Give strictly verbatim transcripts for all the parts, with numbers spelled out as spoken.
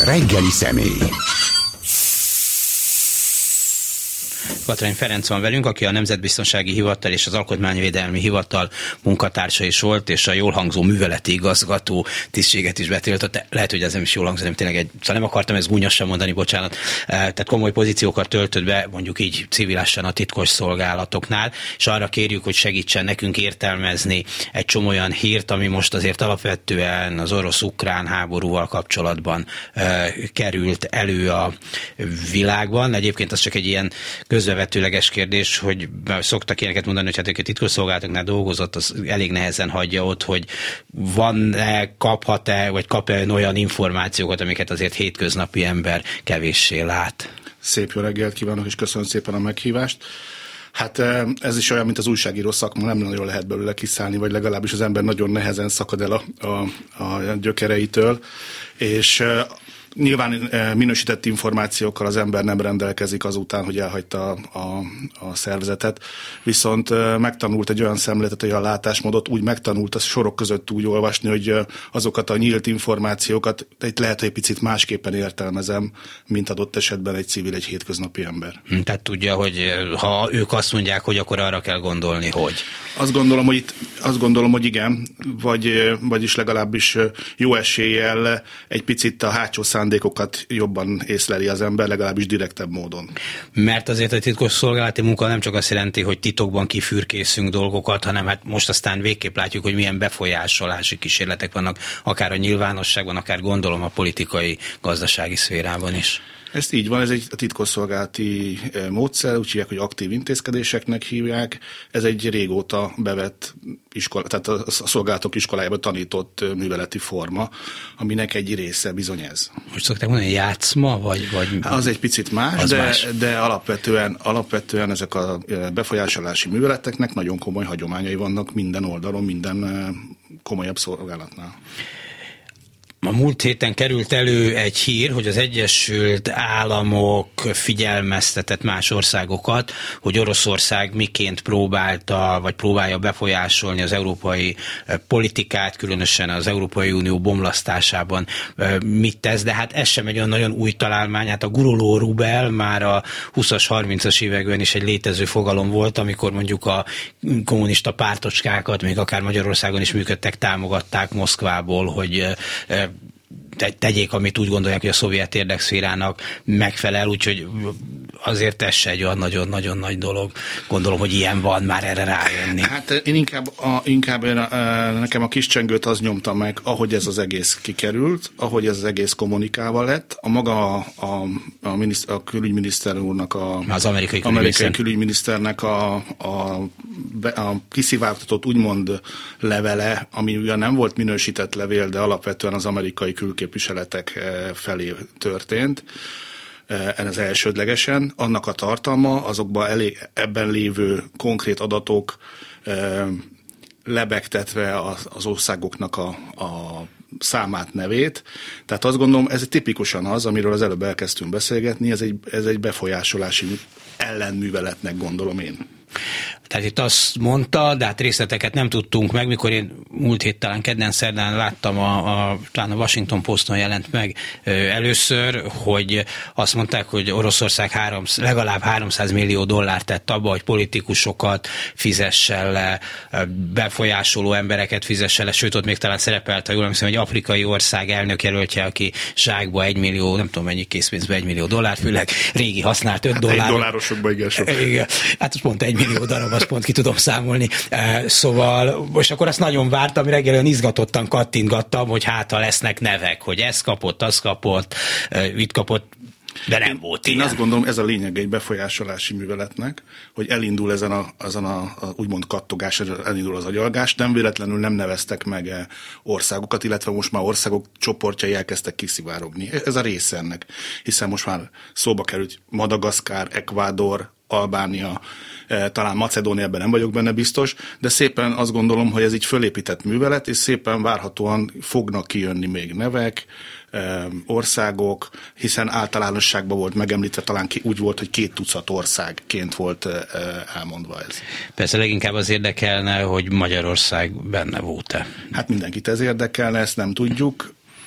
reggeli személy. Katrány Ferenc van velünk, aki a Nemzetbiztonsági Hivatal és az Alkotmányvédelmi Hivatal munkatársa is volt, és a jól hangzó műveleti igazgató tisztséget is betöltött. Lehet, hogy ez nem is jól hangzó, nem tényleg egy, szóval nem akartam ezt gúnyosan mondani, bocsánat. Tehát komoly pozíciókat töltött be, mondjuk így civilásan a titkos szolgálatoknál, és arra kérjük, hogy segítsen nekünk értelmezni egy csomó olyan hírt, ami most azért alapvetően az orosz-ukrán háborúval kapcsolatban került elő a világban. Egyébként az csak egy ilyen közbevetőleges kérdés, hogy szoktak ilyeneket mondani, hogy hát ők a titkosszolgálatoknál dolgozott, az elég nehezen hagyja ott, hogy van-e, kaphat-e, vagy kap-e olyan információkat, amiket azért hétköznapi ember kevéssé lát. Szép jó reggelt kívánok, és köszönöm szépen a meghívást. Hát ez is olyan, mint az újságíró szakma, nem nagyon lehet belőle kiszállni, vagy legalábbis az ember nagyon nehezen szakad el a, a, a gyökereitől, és nyilván minősített információkkal az ember nem rendelkezik azután, hogy elhagyta a, a, a szervezetet, viszont megtanult egy olyan szemléletet, hogy a látásmódot úgy megtanult a sorok között úgy olvasni, hogy azokat a nyílt információkat itt lehet, hogy egy picit másképpen értelmezem, mint adott esetben egy civil, egy hétköznapi ember. Tehát tudja, hogy ha ők azt mondják, hogy akkor arra kell gondolni, hogy... Azt gondolom, hogy itt, azt gondolom, hogy igen, vagy, vagyis legalábbis jó eséllyel egy picit a hátsó szándékokat jobban észleli az ember, legalábbis direktebb módon. Mert azért a titkos szolgálati munka nem csak azt jelenti, hogy titokban kifürkészünk dolgokat, hanem hát most aztán végképp látjuk, hogy milyen befolyásolási kísérletek vannak, akár a nyilvánosságban, akár gondolom a politikai, gazdasági szférában is. Ez így van, ez egy titkosszolgálati módszer, úgy hívják, hogy aktív intézkedéseknek hívják. Ez egy régóta bevett iskola, tehát a szolgálatok iskolájában tanított műveleti forma, aminek egy része bizony ez. Most szokták mondani, játszma, vagy... vagy... Az egy picit más, de, más. de alapvetően, alapvetően ezek a befolyásolási műveleteknek nagyon komoly hagyományai vannak minden oldalon, minden komolyabb szolgálatnál. A múlt héten került elő egy hír, hogy az Egyesült Államok figyelmeztetett más országokat, hogy Oroszország miként próbálta, vagy próbálja befolyásolni az európai politikát, különösen az Európai Unió bomlasztásában mit tesz, de hát ez sem egy olyan nagyon új találmány, hát a guruló rubel már a húszas, harmincas években is egy létező fogalom volt, amikor mondjuk a kommunista pártocskákat, még akár Magyarországon is működtek, támogatták Moszkvából, hogy tegyék, amit úgy gondolják, hogy a szovjet érdekszférának megfelel, úgyhogy azért ez se egy olyan nagyon-nagyon nagy dolog. Gondolom, hogy ilyen van már erre rájönni. Hát én inkább, a, inkább nekem a kis csengőt az nyomta meg, ahogy ez az egész kikerült, ahogy ez az egész kommunikálva lett. A maga a, a, a, miniszt, a külügyminiszter úrnak, a, az amerikai, amerikai külügyminiszternek a, a, a kiszivárgtatott úgymond levele, ami ugyan nem volt minősített levél, de alapvetően az amerikai külképviseletek felé történt. Ez elsődlegesen. Annak a tartalma, azokban elég, ebben lévő konkrét adatok lebegtetve az, az országoknak a, a számát, nevét. Tehát azt gondolom, ez tipikusan az, amiről az előbb elkezdtünk beszélgetni, ez egy, ez egy befolyásolási ellenműveletnek gondolom én. Tehát itt azt mondta, de hát részleteket nem tudtunk meg, mikor én múlt hét talán kedden szerdán láttam, a, a, talán a Washington Poston jelent meg ö, először, hogy azt mondták, hogy Oroszország három, legalább háromszáz millió dollárt tett abba, hogy politikusokat fizessen le, befolyásoló embereket fizessen le, sőt ott még talán szerepelt, ha jól emlékszem, egy afrikai ország elnökjelöltje, aki zsákba egy millió, nem tudom mennyi készpénzbe egy millió dollár, főleg régi használt öt dollár. Egy dollárosokban igen sok. Igen, hát az pont egy millió darab, azt pont ki tudom számolni. Szóval most akkor azt nagyon vártam, reggel olyan izgatottan kattintgattam, hogy hát ha lesznek nevek, hogy ez kapott, az kapott, itt kapott, de nem én, volt én ilyen. Azt gondolom, ez a lényeg egy befolyásolási műveletnek, hogy elindul ezen a, ezen a, a úgymond kattogás, elindul az agyalgás, nem véletlenül nem neveztek meg országokat, illetve most már országok csoportjai elkezdtek kiszivárogni. Ez a része ennek, hiszen most már szóba került Madagaszkár, Ekvádor, Albánia, talán Macedónia, ebben nem vagyok benne biztos, de szépen azt gondolom, hogy ez így fölépített művelet, és szépen várhatóan fognak kijönni még nevek, országok, hiszen általánosságban volt megemlítve, talán úgy volt, hogy két tucat országként volt elmondva ez. Persze leginkább az érdekelne, hogy Magyarország benne volt-e. Hát mindenkit ez érdekelne, ezt nem tudjuk.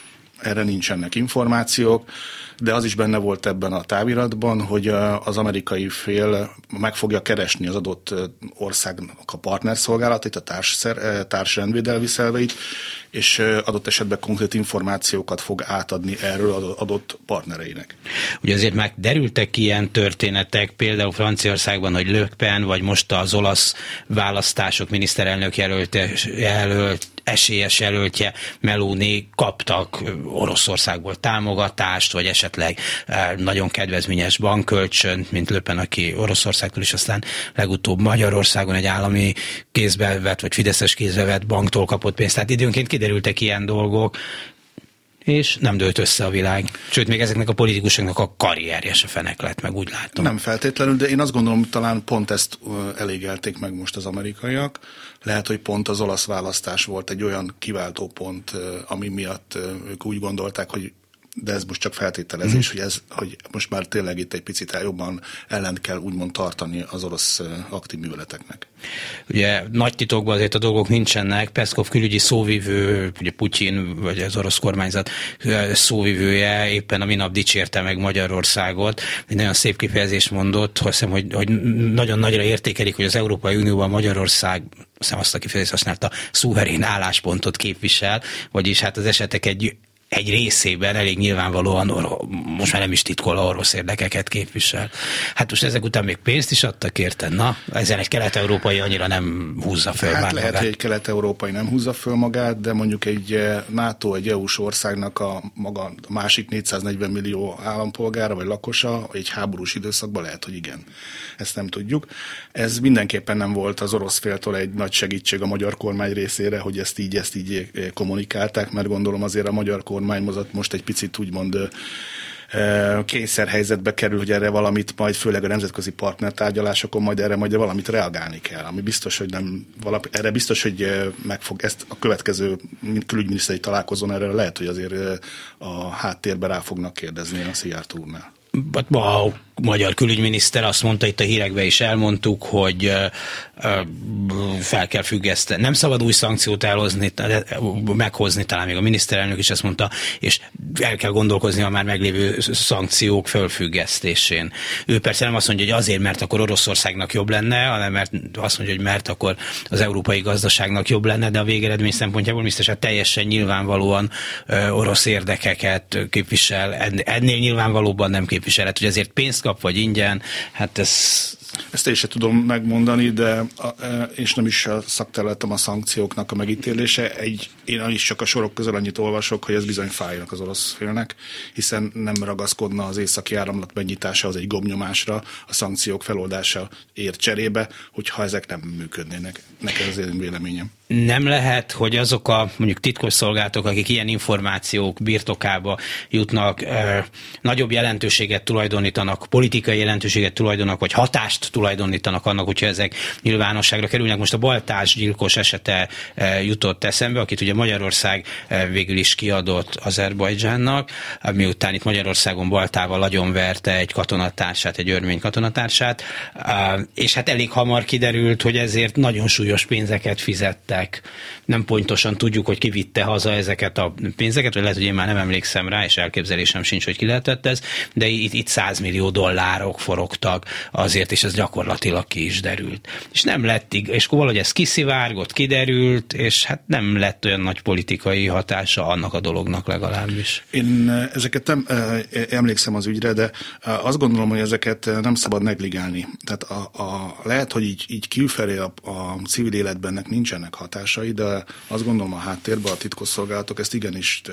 erre nincsenek információk, de az is benne volt ebben a táviratban, hogy az amerikai fél meg fogja keresni az adott országnak a partnerszolgálatait, a társ, társ rendvédelmi szerveit, és adott esetben konkrét információkat fog átadni erről adott partnereinek. Ugye azért már derültek ilyen történetek, például Franciaországban, hogy Le Pen, vagy most az olasz választások miniszterelnök jelölte, jelölt, esélyes jelöltje Meloni kaptak Oroszországból támogatást, vagy esetleg nagyon kedvezményes bankkölcsönt, mint Le Pen, aki Oroszországtól is, aztán legutóbb Magyarországon egy állami kézbe vett, vagy fideszes kézbe vett banktól kapott pénzt. Tehát időnként kiderültek ilyen dolgok, és nem dőlt össze a világ. Sőt, még ezeknek a politikusoknak a karrierje se fenek lett, meg úgy látom. Nem feltétlenül, de én azt gondolom, hogy talán pont ezt elégelték meg most az amerikaiak. Lehet, hogy pont az olasz választás volt egy olyan kiváltó pont, ami miatt ők úgy gondolták, hogy de ez most csak feltételezés, mm. hogy, ez, hogy most már tényleg itt egy picit jobban ellent kell úgymond tartani az orosz aktív műveleteknek. Ugye nagy titokban azért a dolgok nincsenek. Peszkov külügyi szóvivő, ugye Putyin, vagy az orosz kormányzat szóvivője éppen a minap dicsérte meg Magyarországot. Egy nagyon szép kifejezést mondott, azt hiszem, hogy, hogy nagyon nagyra értékelik, hogy az Európai Unióban Magyarország, azt hiszem azt a kifejezést használta, szuverén álláspontot képvisel, vagyis hát az esetek egy egy részében elég nyilvánvalóan or- most már nem is titkol, orosz érdekeket képvisel. Hát most ezek után még pénzt is adtak érte. Na, ezen egy kelet-európai annyira nem húzza föl hát már lehet, magát. hogy egy kelet-európai nem húzza föl magát, de mondjuk egy NATO, egy é u-s országnak a maga a másik négyszáznegyven millió állampolgára vagy lakosa egy háborús időszakban lehet, hogy igen. Ezt nem tudjuk. Ez mindenképpen nem volt az orosz féltől egy nagy segítség a magyar kormány részére, hogy ezt így, ezt így kommunikálták, mert gondolom azért a magyar kormány most egy picit úgymond kényszerhelyzetbe kerül, hogy erre valamit majd, főleg a nemzetközi partnertárgyalásokon majd erre majd valamit reagálni kell, ami biztos, hogy nem, valami, erre biztos, hogy megfog ezt a következő külügyminiszteri találkozón, erre lehet, hogy azért a háttérbe rá fognak kérdezni a Szijjártó úrnál. A magyar külügyminiszter azt mondta, itt a hírekben is elmondtuk, hogy fel kell függeszteni. Nem szabad új szankciót elhozni, meghozni, talán még a miniszterelnök is ezt mondta, és el kell gondolkozni a már meglévő szankciók fölfüggesztésén. Ő persze nem azt mondja, hogy azért, mert akkor Oroszországnak jobb lenne, hanem mert azt mondja, hogy mert akkor az európai gazdaságnak jobb lenne, de a végeredmény szempontjából biztosan teljesen nyilvánvalóan orosz érdekeket képvisel, ennél nyilvánvalóban nem képviselhet, hogy ezért pénzt kap, vagy ingyen, hát ez... Ezt én sem tudom megmondani, de a, és nem is a szakterületem a szankcióknak a megítélése. Egy, én is csak a sorok közül annyit olvasok, hogy ez bizony fájnak az orosz félnek, hiszen nem ragaszkodna az északi áramlat megnyitásához egy gombnyomásra, a szankciók feloldása ér cserébe, hogyha ezek nem működnének. Nekem az én véleményem. Nem lehet, hogy azok a mondjuk titkosszolgálatok, akik ilyen információk birtokába jutnak, eh, nagyobb jelentőséget tulajdonítanak, politikai jelentőséget tulajdonítanak, vagy hatást tulajdonítanak annak, hogyha ezek nyilvánosságra kerülnek. Most a Baltás gyilkos esete eh, jutott eszembe, akit ugye Magyarország eh, végül is kiadott Azerbajdzsánnak, miután itt Magyarországon Baltával agyonverte egy katonatársát, egy örmény katonatársát, eh, és hát elég hamar kiderült, hogy ezért nagyon súlyos pénzeket fizettek. Nem pontosan tudjuk, hogy ki vitte haza ezeket a pénzeket, vagy lehet, hogy én már nem emlékszem rá, és elképzelésem sincs, hogy ki lehetett ez, de itt, itt száz millió dollárok forogtak azért, és ez gyakorlatilag ki is derült. És nem lett, és valahogy ez kiszivárgott, kiderült, és hát nem lett olyan nagy politikai hatása annak a dolognak legalábbis. Én ezeket nem emlékszem az ügyre, de azt gondolom, hogy ezeket nem szabad negligálni. Tehát a, a, lehet, hogy így, így külfelé a, a civil életben nincsenek hatásai, de azt gondolom a háttérben a titkosszolgálatok ezt igenis,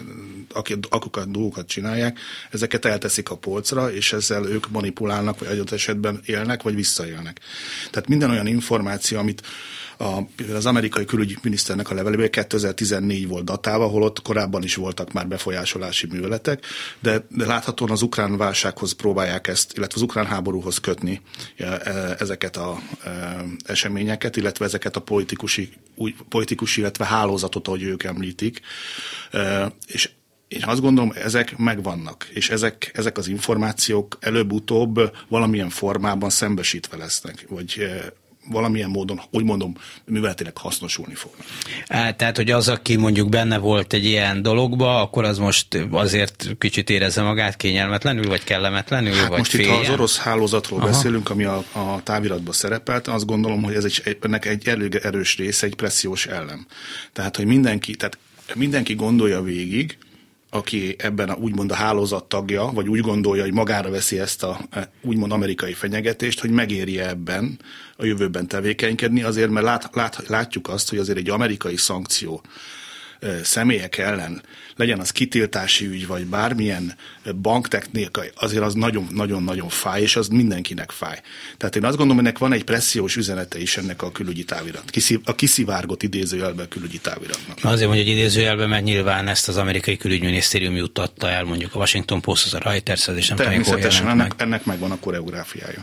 akik a dolgokat csinálják, ezeket elteszik a polcra, és ezzel ők manipulálnak, vagy adott esetben élnek, vagy visszaélnek. Tehát minden olyan információ, amit a, az amerikai külügyminiszternek a levelében kétezer-tizennégy volt datálva, holott korábban is voltak már befolyásolási műveletek, de, de láthatóan az ukrán válsághoz próbálják ezt, illetve az ukrán háborúhoz kötni ezeket az eseményeket, illetve ezeket a politikusi, új, politikusi, illetve hálózatot, ahogy ők említik, és én azt gondolom, ezek megvannak, és ezek, ezek az információk előbb-utóbb valamilyen formában szembesítve lesznek, vagy valamilyen módon, úgy mondom, műveletileg hasznosulni fognak. Á, tehát, hogy az, aki mondjuk benne volt egy ilyen dologba, akkor az most azért kicsit érezze magát kényelmetlenül, vagy kellemetlenül, hát vagy most féljen? itt, ha az orosz hálózatról Aha. beszélünk, ami a, a táviratban szerepelt, azt gondolom, hogy ez egy, ennek egy elég erős része, egy pressziós ellem. Tehát, hogy mindenki, tehát mindenki gondolja végig, aki ebben a, úgymond a hálózat tagja, vagy úgy gondolja, hogy magára veszi ezt a úgymond amerikai fenyegetést, hogy megéri ebben a jövőben tevékenykedni, azért, mert lát, lát, látjuk azt, hogy azért egy amerikai szankció személyek ellen, legyen az kitiltási ügy, vagy bármilyen banktechnikai, azért az nagyon-nagyon fáj, és az mindenkinek fáj. Tehát én azt gondolom, hogy ennek van egy pressziós üzenete is ennek a külügyi távirat. A kiszivárgott idézőjelben külügyi táviratnak. Azért mondja, hogy idézőjelben, mert nyilván ezt az amerikai külügyminisztérium juttatta el, mondjuk a Washington Post, a Reuters, és nem tudom, természetesen hol ennek, meg. ennek megvan a koreográfiája.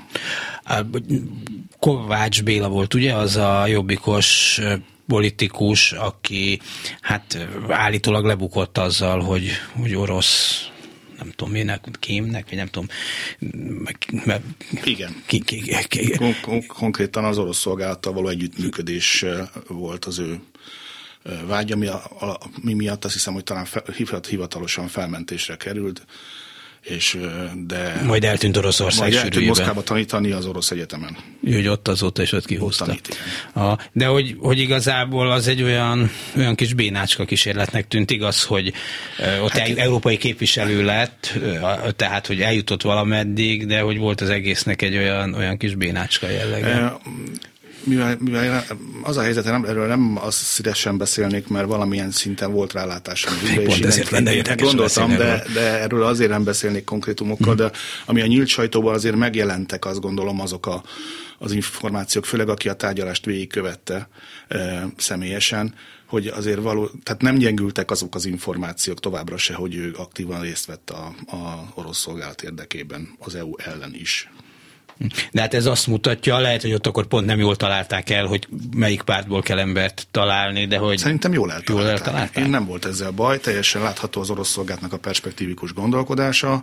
Kovács Béla volt, ugye, az a jobbikos politikus, aki hát állítólag lebukott azzal, hogy, hogy orosz, nem tudom minek, kémnek, vagy nem tudom. Meg, Igen. Ki, ki, ki. Kon- kon- konkrétan az orosz szolgálattal való együttműködés volt az ő vágya, mi, a, a, mi miatt azt hiszem, hogy talán fel, hivatalosan felmentésre került, és de... Majd eltűnt Oroszország majd eltűnt sűrűjében. Moszkvába tanítani az orosz egyetemen. Hogy ott azóta is ott kihúzta. Tanít, a, de hogy, hogy igazából az egy olyan, olyan kis bénácska kísérletnek tűnt, igaz, hogy uh, ott hát, európai képviselő lett, uh, tehát, hogy eljutott valameddig, de hogy volt az egésznek egy olyan, olyan kis bénácska jellege. E, Mivel, mivel az a helyzet, nem, erről nem azt szívesen beszélnék, mert valamilyen szinten volt rálátásom. Pont ezért lenne érdekes gondoltam, de, de erről azért nem beszélnék konkrétumokkal, mm. de ami a nyílt sajtóban azért megjelentek, azt gondolom azok a, az információk, főleg aki a tárgyalást végigkövette e, személyesen, hogy azért való, tehát nem gyengültek azok az információk továbbra se, hogy ő aktívan részt vett a, a orosz szolgálat érdekében az é u ellen is. De hát ez azt mutatja, lehet, hogy ott akkor pont nem jól találták el, hogy melyik pártból kell embert találni, de hogy... Szerintem jól eltalálták. Jól eltalálták. Én nem volt ezzel baj, teljesen látható az orosz szolgálatnak a perspektívikus gondolkodása.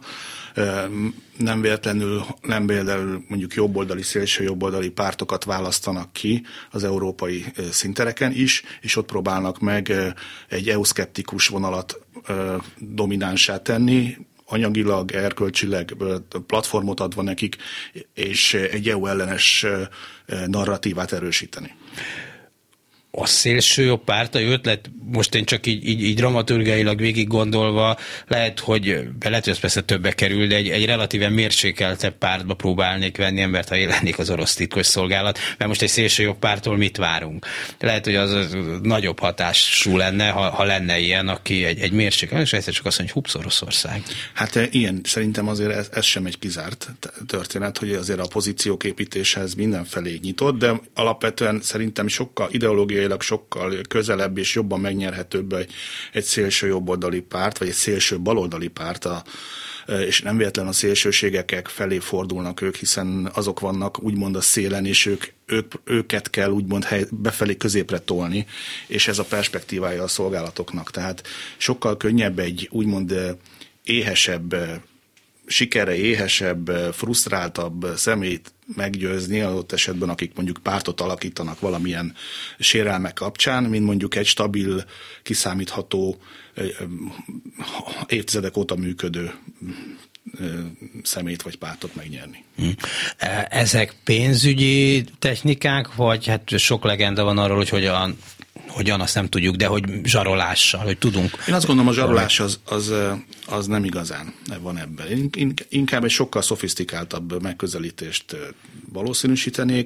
Nem véletlenül, nem véletlenül mondjuk jobboldali, szélső jobboldali pártokat választanak ki az európai szintereken is, és ott próbálnak meg egy é u-szkeptikus vonalat dominánsá tenni, anyagilag, erkölcsileg platformot adva nekik, és egy é u ellenes narratívát erősíteni. A szélső jobb pártai ötlet, most én csak így, így, így dramaturgiailag végig gondolva, lehet, hogy lehet, hogy ez persze többe kerül, de egy, egy relatíven mérsékeltebb pártba próbálnék venni embert, ha élennék az orosz titkos szolgálat, mert most egy szélső jobb pártól mit várunk? Lehet, hogy az nagyobb hatású lenne, ha, ha lenne ilyen, aki egy, egy mérsékelt, és egyszer csak azt mondja, hogy hups, Oroszország. Hát ilyen, szerintem azért ez, ez sem egy kizárt történet, hogy azért a pozíciók építéshez mindenfelé nyitott, de alapvetően szerintem sokkal ideológiai sokkal közelebb és jobban megnyerhetőbb egy, egy szélső jobboldali párt, vagy egy szélső baloldali párt, a, és nem véletlen a szélsőségek felé fordulnak ők, hiszen azok vannak úgymond a szélen, és ők, ők, őket kell úgymond hely, befelé középre tolni, és ez a perspektívája a szolgálatoknak. Tehát sokkal könnyebb egy úgymond éhesebb, sikerre éhesebb, frusztráltabb személyt meggyőzni, adott esetben, akik mondjuk pártot alakítanak valamilyen sérelmek kapcsán, mint mondjuk egy stabil, kiszámítható, évtizedek óta működő személyt vagy pártot megnyerni. Ezek pénzügyi technikák, vagy hát sok legenda van arról, hogy hogyan Hogyan, azt nem tudjuk, de hogy zsarolással, hogy tudunk. Én azt gondolom, a zsarolás az, az, az nem igazán van ebben. Én inkább egy sokkal szofisztikáltabb megközelítést valószínűsítenék,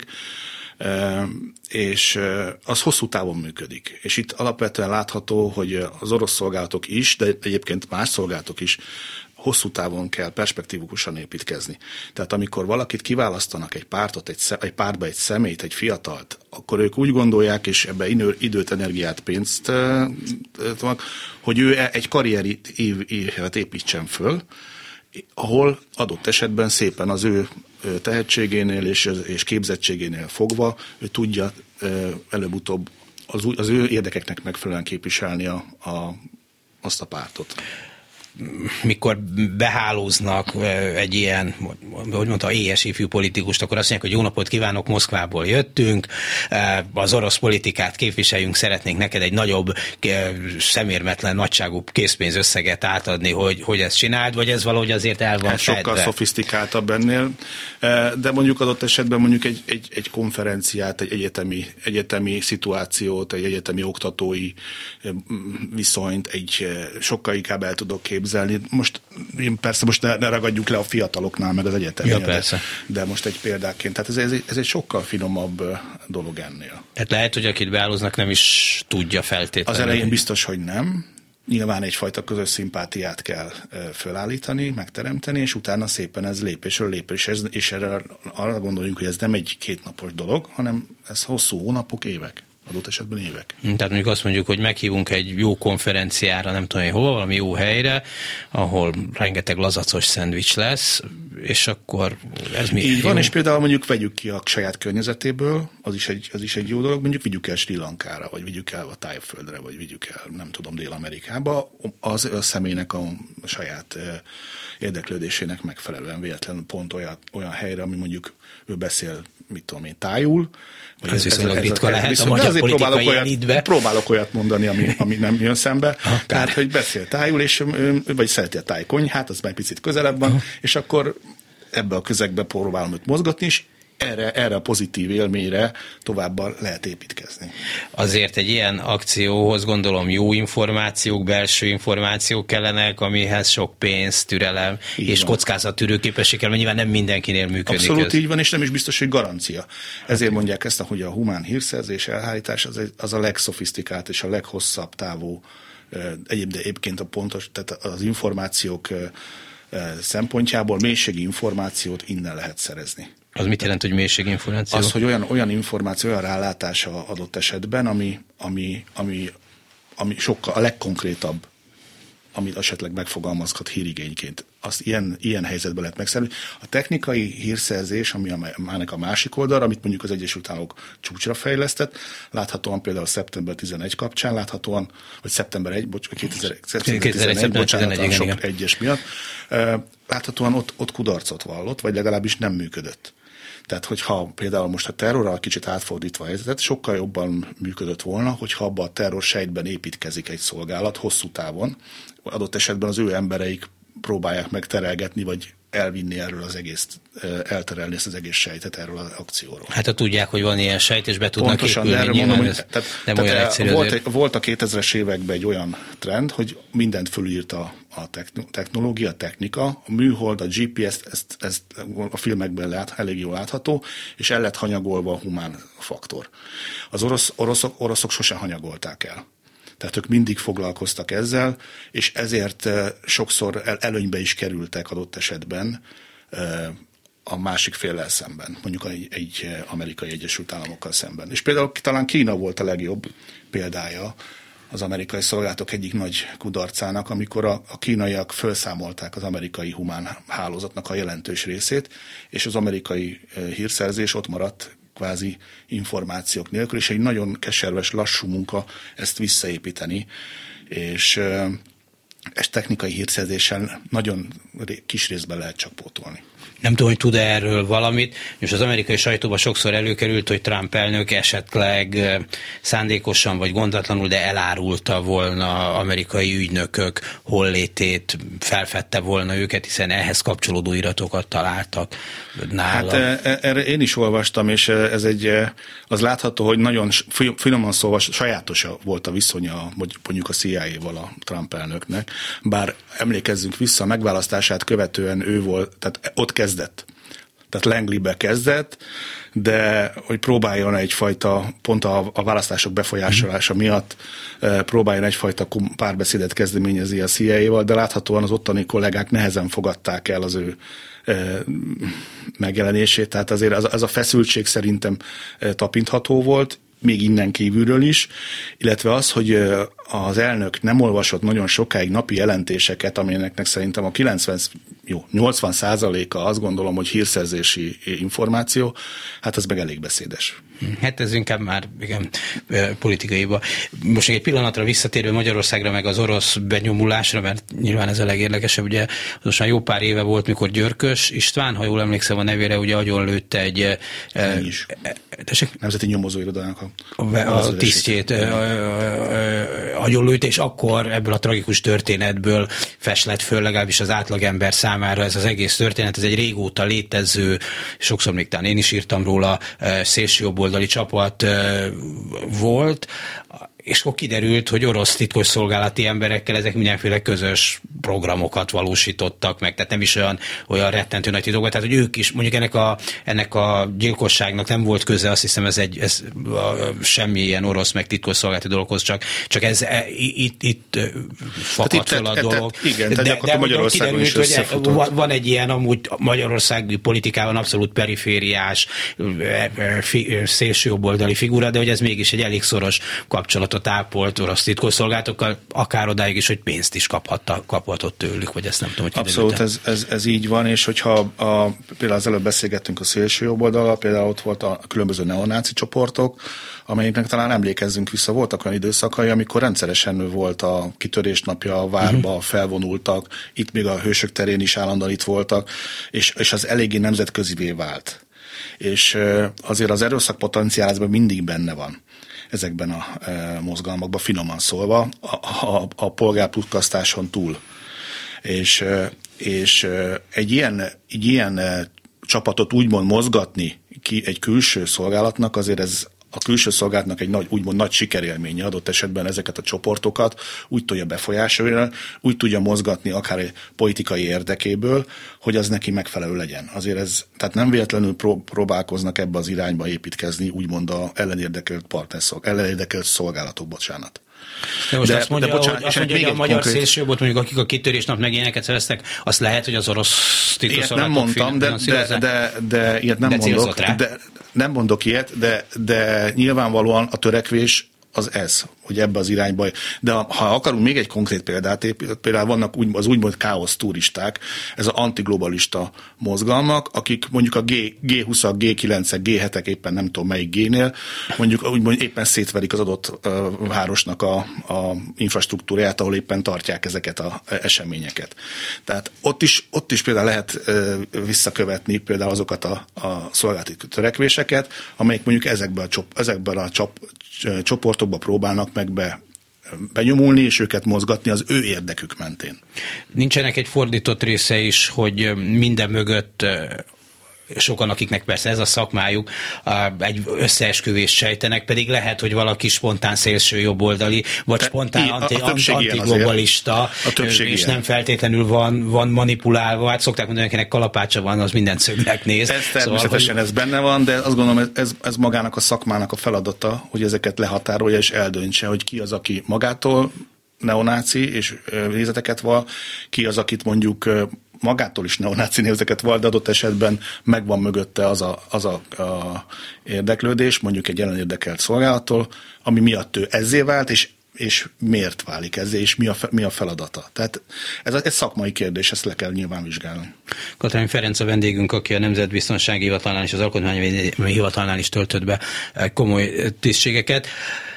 és az hosszú távon működik. És itt alapvetően látható, hogy az orosz szolgálatok is, de egyébként más szolgálatok is hosszú távon kell perspektívikusan építkezni. Tehát amikor valakit kiválasztanak, egy pártot, egy, egy pártba egy személyt, egy fiatalt, akkor ők úgy gondolják, és ebbe időt, energiát, pénzt, hogy ő egy karrieri évet építsen föl, ahol adott esetben szépen az ő tehetségénél és, és képzettségénél fogva ő tudja előbb-utóbb az, az ő érdekeknek megfelelően képviselni a, a, azt a pártot. mikor behálóznak egy ilyen, hogy mondta, éhes ifjú politikust, akkor azt mondják, hogy jó napot kívánok, Moszkvából jöttünk, az orosz politikát képviseljünk, szeretnénk neked egy nagyobb, szemérmetlen nagyságú készpénzösszeget átadni, hogy, hogy ezt csináld, vagy ez valahogy azért el van hát fedve? Sokkal szofisztikáltabb ennél, de mondjuk adott esetben mondjuk egy, egy, egy konferenciát, egy egyetemi, egyetemi szituációt, egy egyetemi oktatói viszonyt, egy sokkal inkább el tudok képzelni. Most én persze most ne, ne ragadjuk le a fiataloknál, meg az egyetemnél, ja, de, de most egy példáként. Tehát ez, ez, ez egy sokkal finomabb dolog ennél. Tehát lehet, hogy akit beállóznak, nem is tudja feltétlenül. Az elején biztos, hogy nem. Nyilván egyfajta közös szimpátiát kell felállítani, megteremteni, és utána szépen ez lépésről lépésre, és erre arra gondoljunk, hogy ez nem egy kétnapos dolog, hanem ez hosszú hónapok, évek. Adott esetben évek. Tehát mondjuk azt mondjuk, hogy meghívunk egy jó konferenciára, nem tudom, hogy hova, valami jó helyre, ahol rengeteg lazacos szendvics lesz, és akkor ez mi? Így van, és például mondjuk vegyük ki a saját környezetéből, az is egy, az is egy jó dolog, mondjuk vigyük el Sri Lankára, vagy vigyük el a Tájföldre, vagy vigyük el, nem tudom, Dél-Amerikába, az a személynek a saját érdeklődésének megfelelően véletlenül pont olyan, olyan helyre, ami mondjuk ő beszél, mit tudom én, tájul, vagy ez, ez viszonylag ritka lehet viszont, a magyar politikai elitbe. Próbálok olyat mondani, ami, ami nem jön szembe. Ha, tehát, hogy beszél tájul, és, vagy szereti a tájkonyhát, az már egy picit közelebb van, ha. És akkor ebbe a közegbe próbálom őt mozgatni, és erre, erre a pozitív élményre továbbá lehet építkezni. Azért egy ilyen akcióhoz gondolom jó információk, belső információk kellenek, amihez sok pénz, türelem így és kockázattűrő képesség kell, mert nyilván nem mindenkinél működik. Abszolút ez. Így van, és nem is biztos, hogy garancia. Ezért mondják ezt, hogy a humán hírszerzés, elhárítás az, az a legszofisztikált és a leghosszabb távú, egyébként a pontos, tehát az információk szempontjából mélységi információt innen lehet szerezni. Az mit jelent, hogy mélységi információ? Az, hogy olyan, olyan információ, olyan rálátása adott esetben, ami, ami, ami, ami sokkal a legkonkrétabb, amit esetleg megfogalmazhat hírigényként. Azt ilyen, ilyen helyzetben lehet megszerzni. A technikai hírszerzés, ami a, mának a másik oldal, amit mondjuk az Egyesült Államok csúcsra fejlesztett, láthatóan például szeptember tizenegy kapcsán, láthatóan, vagy szeptember elseje, bocs, kétezer-tizenegy, bocsánat, a sok egyes miatt, láthatóan ott, ott kudarcot vallott, vagy legalábbis nem működött. Tehát, hogyha például most a terrorral kicsit átfordítva a helyzetet, sokkal jobban működött volna, hogyha abban a terror sejtben építkezik egy szolgálat hosszú távon, adott esetben az ő embereik próbálják meg terelgetni, vagy elvinni erről az egész, elterelni ezt az egész sejtet erről az akcióról. Hát ha tudják, hogy van ilyen sejt, és be tudnak pontosan, épülni, erre mondom, hogy tehát, nem tehát olyan egyszerű volt, egy, volt a kétezres években egy olyan trend, hogy mindent fölírt a, a technológia, a technika, a műhold, a gé pé es, ezt, ezt a filmekben lát, elég jól látható, és el lett hanyagolva a humán faktor. Az orosz, oroszok, oroszok sosem hanyagolták el. Tehát ők mindig foglalkoztak ezzel, és ezért sokszor előnybe is kerültek adott esetben a másik féllel szemben, mondjuk egy, egy amerikai Egyesült Államokkal szemben. És például talán Kína volt a legjobb példája az amerikai szolgálatok egyik nagy kudarcának, amikor a, a kínaiak felszámolták az amerikai humán hálózatnak a jelentős részét, és az amerikai hírszerzés ott maradt kvázi információk nélkül, és egy nagyon keserves, lassú munka ezt visszaépíteni, és ezt technikai hírszerzéssel nagyon kis részben lehet csak pótolni. Nem tudom, hogy tud-e erről valamit, és az amerikai sajtóban sokszor előkerült, hogy Trump elnök esetleg szándékosan vagy gondatlanul, de elárulta volna amerikai ügynökök hollétét, felfedte volna őket, hiszen ehhez kapcsolódó iratokat találtak nála. Hát erre én is olvastam, és ez egy, az látható, hogy nagyon finoman szóval sajátos volt a viszonya mondjuk a cé i á-val a Trump elnöknek, bár emlékezzünk vissza, a megválasztását követően ő volt, tehát ott kezdett. Tehát Langleybe kezdett, de hogy próbáljon egyfajta, pont a, a választások befolyásolása miatt próbáljon egyfajta párbeszédet kezdeményezni a cé i á-val, de láthatóan az ottani kollégák nehezen fogadták el az ő megjelenését, tehát azért az, az a feszültség szerintem tapintható volt, még innen kívülről is, illetve az, hogy az elnök nem olvasott nagyon sokáig napi jelentéseket, aminek szerintem a kilencven, jó, nyolcvan százaléka azt gondolom, hogy hírszerzési információ, hát ez meg elég beszédes. Hát ez inkább már igen, politikaiba. Most egy pillanatra visszatérve Magyarországra, meg az orosz benyomulásra, mert nyilván ez a legérdekesebb, ugye most már jó pár éve volt, mikor Györkös István, ha jól emlékszem a nevére, ugye agyonlőtte egy... Nem is. Tessék? Nemzeti Nyomozóirodának a, a, a tisztjét agyonlőtte, és akkor ebből a tragikus történetből fest lett föl legalábbis az átlagember számára ez az egész történet. Ez egy régóta létező, sokszor még talán én is írtam róla, szélsőjobboldali csapat volt, és akkor kiderült, hogy orosz titkosszolgálati emberekkel ezek mindenféle közös programokat valósítottak meg, tehát nem is olyan, olyan rettentő nagy titokban, tehát hogy ők is, mondjuk ennek a, ennek a gyilkosságnak nem volt köze, azt hiszem ez egy ez, a, semmi ilyen orosz meg titkosszolgálati dologhoz, csak, csak ez e, itt, itt fakadt fel a et, dolog. Et, igen, de, de, de Magyarországon is összefutott. Hogy van egy ilyen amúgy magyarországi politikában abszolút perifériás, szélsőjobboldali figura, de hogy ez mégis egy elég szoros kapcsolatot ápolt orosz titkosszolgálatokkal, akár odáig is, hogy pénzt is kaphatta, kaphatott tőlük, vagy ezt nem tudom, hogy abszolút, ez, ez, ez így van, és hogyha a, például az előbb beszélgettünk a szélsőjobboldallal, például ott volt a különböző neonáci csoportok, amelyiknek talán emlékezzünk vissza, voltak olyan időszakai, amikor rendszeresen volt a kitörés napja a várba, uh-huh. felvonultak, itt még a Hősök terén is állandóan itt voltak, és, és az eléggé nemzetközivé vált. És azért az erőszak potenciálban mindig benne van ezekben a e, mozgalmakban, finoman szólva, a, a, a polgárpukkasztáson túl. És, és egy ilyen, egy ilyen csapatot úgymond mozgatni ki egy külső szolgálatnak, azért ez a külső szolgálatnak egy nagy, úgymond nagy sikerélménye, adott esetben ezeket a csoportokat úgy tudja befolyásolni, úgy tudja mozgatni akár egy politikai érdekéből, hogy az neki megfelelő legyen. Azért ez, tehát nem véletlenül próbálkoznak ebbe az irányba építkezni, úgymond a ellenérdekelt partnerszolg, ellenérdekelt szolgálatok, bocsánat. De most de, azt mondja, de bocsánat, hogy, azt mondja, hogy a magyar konkrét... szélsőjobbot, mondjuk akik a kitörésnap meg ilyeneket szereztek, azt lehet, hogy az orosz titkosszolgálatok nem mondtam, de, de, de, de ilyet nem de mondok. De, nem mondok ilyet, de, de nyilvánvalóan a törekvés az ez, hogy ebbe az irányba. De ha akarunk még egy konkrét példát, például vannak úgy, az úgymond káosz turisták, ez az antiglobalista mozgalmak, akik mondjuk a gé húszak, gé kilencek, gé hetek éppen nem tudom melyik génél, mondjuk úgymond éppen szétverik az adott uh, városnak a, a infrastruktúráját, ahol éppen tartják ezeket az eseményeket. Tehát ott is, ott is például lehet uh, visszakövetni például azokat a, a szolgálati törekvéseket, amelyek mondjuk ezekben a, csop, ezekben a csop, csoportokba próbálnak meg be, benyomulni, és őket mozgatni az ő érdekük mentén. Nincsenek egy fordított része is, hogy minden mögött sokan, akiknek persze ez a szakmájuk, egy összeesküvést sejtenek, pedig lehet, hogy valaki spontán szélső jobboldali, vagy Te, spontán anti, antiglobalista, és ilyen. Nem feltétlenül van, van manipulálva. Hát szokták mondani, akinek kalapácsa van, az minden szögnek néz. Ez természetesen szóval, ez benne van, de azt gondolom, ez, ez magának a szakmának a feladata, hogy ezeket lehatárolja és eldöntse, hogy ki az, aki magától neonáci és nézeteket val, ki az, akit mondjuk magától is neonáci nézeteket val, de adott esetben megvan mögötte az a, az a, a érdeklődés, mondjuk egy ellenérdekelt szolgálattól, ami miatt ő ezzé vált, és, és miért válik ezzé, és mi a, mi a feladata. Tehát ez egy szakmai kérdés, ezt le kell nyilván vizsgálni. Katalin Ferenc a vendégünk, aki a Nemzetbiztonsági Hivatalnál és az Alkotmányvédelmi Hivatalnál is töltött be komoly tisztségeket.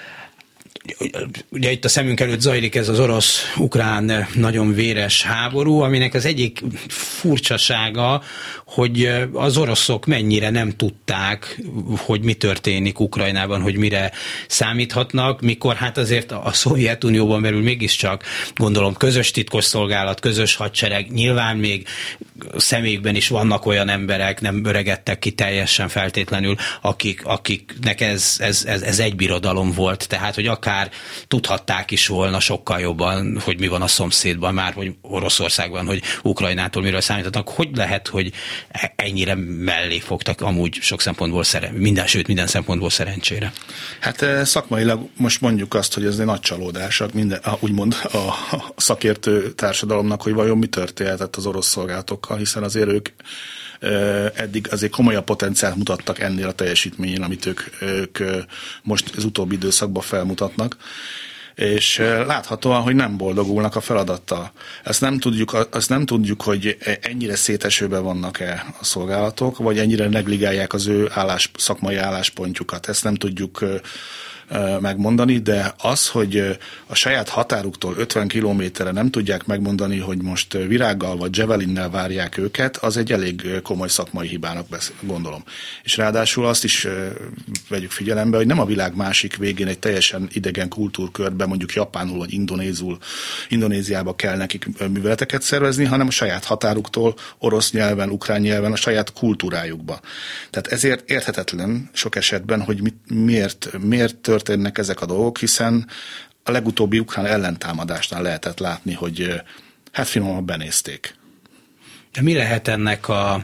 Ugye itt a szemünk előtt zajlik ez az orosz-ukrán nagyon véres háború, aminek az egyik furcsasága, hogy az oroszok mennyire nem tudták, hogy mi történik Ukrajnában, hogy mire számíthatnak, mikor hát azért a Szovjetunióban belül mégiscsak gondolom közös titkosszolgálat, közös hadsereg, nyilván még személyükben is vannak olyan emberek, nem öregedtek ki teljesen feltétlenül, akik, akiknek ez, ez, ez, ez egy birodalom volt, tehát hogy akár tudhatták is volna sokkal jobban, hogy mi van a szomszédban, már hogy Oroszországban, hogy Ukrajnától miről számíthatnak. Hogy lehet, hogy ennyire mellé fogtak amúgy sok szempontból szeren- minden, sőt minden szempontból szerencsére? Hát szakmailag most mondjuk azt, hogy ez egy nagy csalódás, minden, úgymond a szakértő társadalomnak, hogy vajon mi történhetett az orosz szolgálatokkal, hiszen azért ők eddig azért komolyabb potenciált mutattak ennél a teljesítményén, amit ők, ők most az utóbbi időszakban felmutatnak. és láthatóan, hogy nem boldogulnak a feladattal. Ezt nem tudjuk, azt nem tudjuk, hogy ennyire szétesőben vannak-e a szolgálatok, vagy ennyire negligálják az ő állás, szakmai álláspontjukat. Ezt nem tudjuk megmondani, de az, hogy a saját határuktól ötven kilométerre nem tudják megmondani, hogy most virággal vagy javelinnel várják őket, az egy elég komoly szakmai hibának gondolom. És ráadásul azt is vegyük figyelembe, hogy nem a világ másik végén egy teljesen idegen kultúrkörben, mondjuk japánul vagy indonézul, Indonéziába kell nekik műveleteket szervezni, hanem a saját határuktól orosz nyelven, ukrán nyelven, a saját kultúrájukba. Tehát ezért érthetetlen sok esetben, hogy mit, miért, miért történnek ezek a dolgok, hiszen a legutóbbi ukrán ellentámadásnál lehetett látni, hogy hát finoman benézték. De mi lehet ennek a,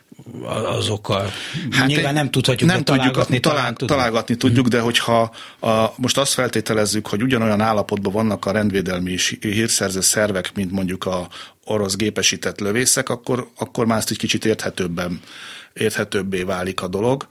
az oka? Hát nyilván nem tudhatjuk, nem találgatni, tudjuk, talál, találgatni tudjuk, de hogyha a, most azt feltételezzük, hogy ugyanolyan állapotban vannak a rendvédelmi és hírszerző szervek, mint mondjuk a orosz gépesített lövészek, akkor, akkor már ezt egy kicsit érthetőbben, érthetőbbé válik a dolog.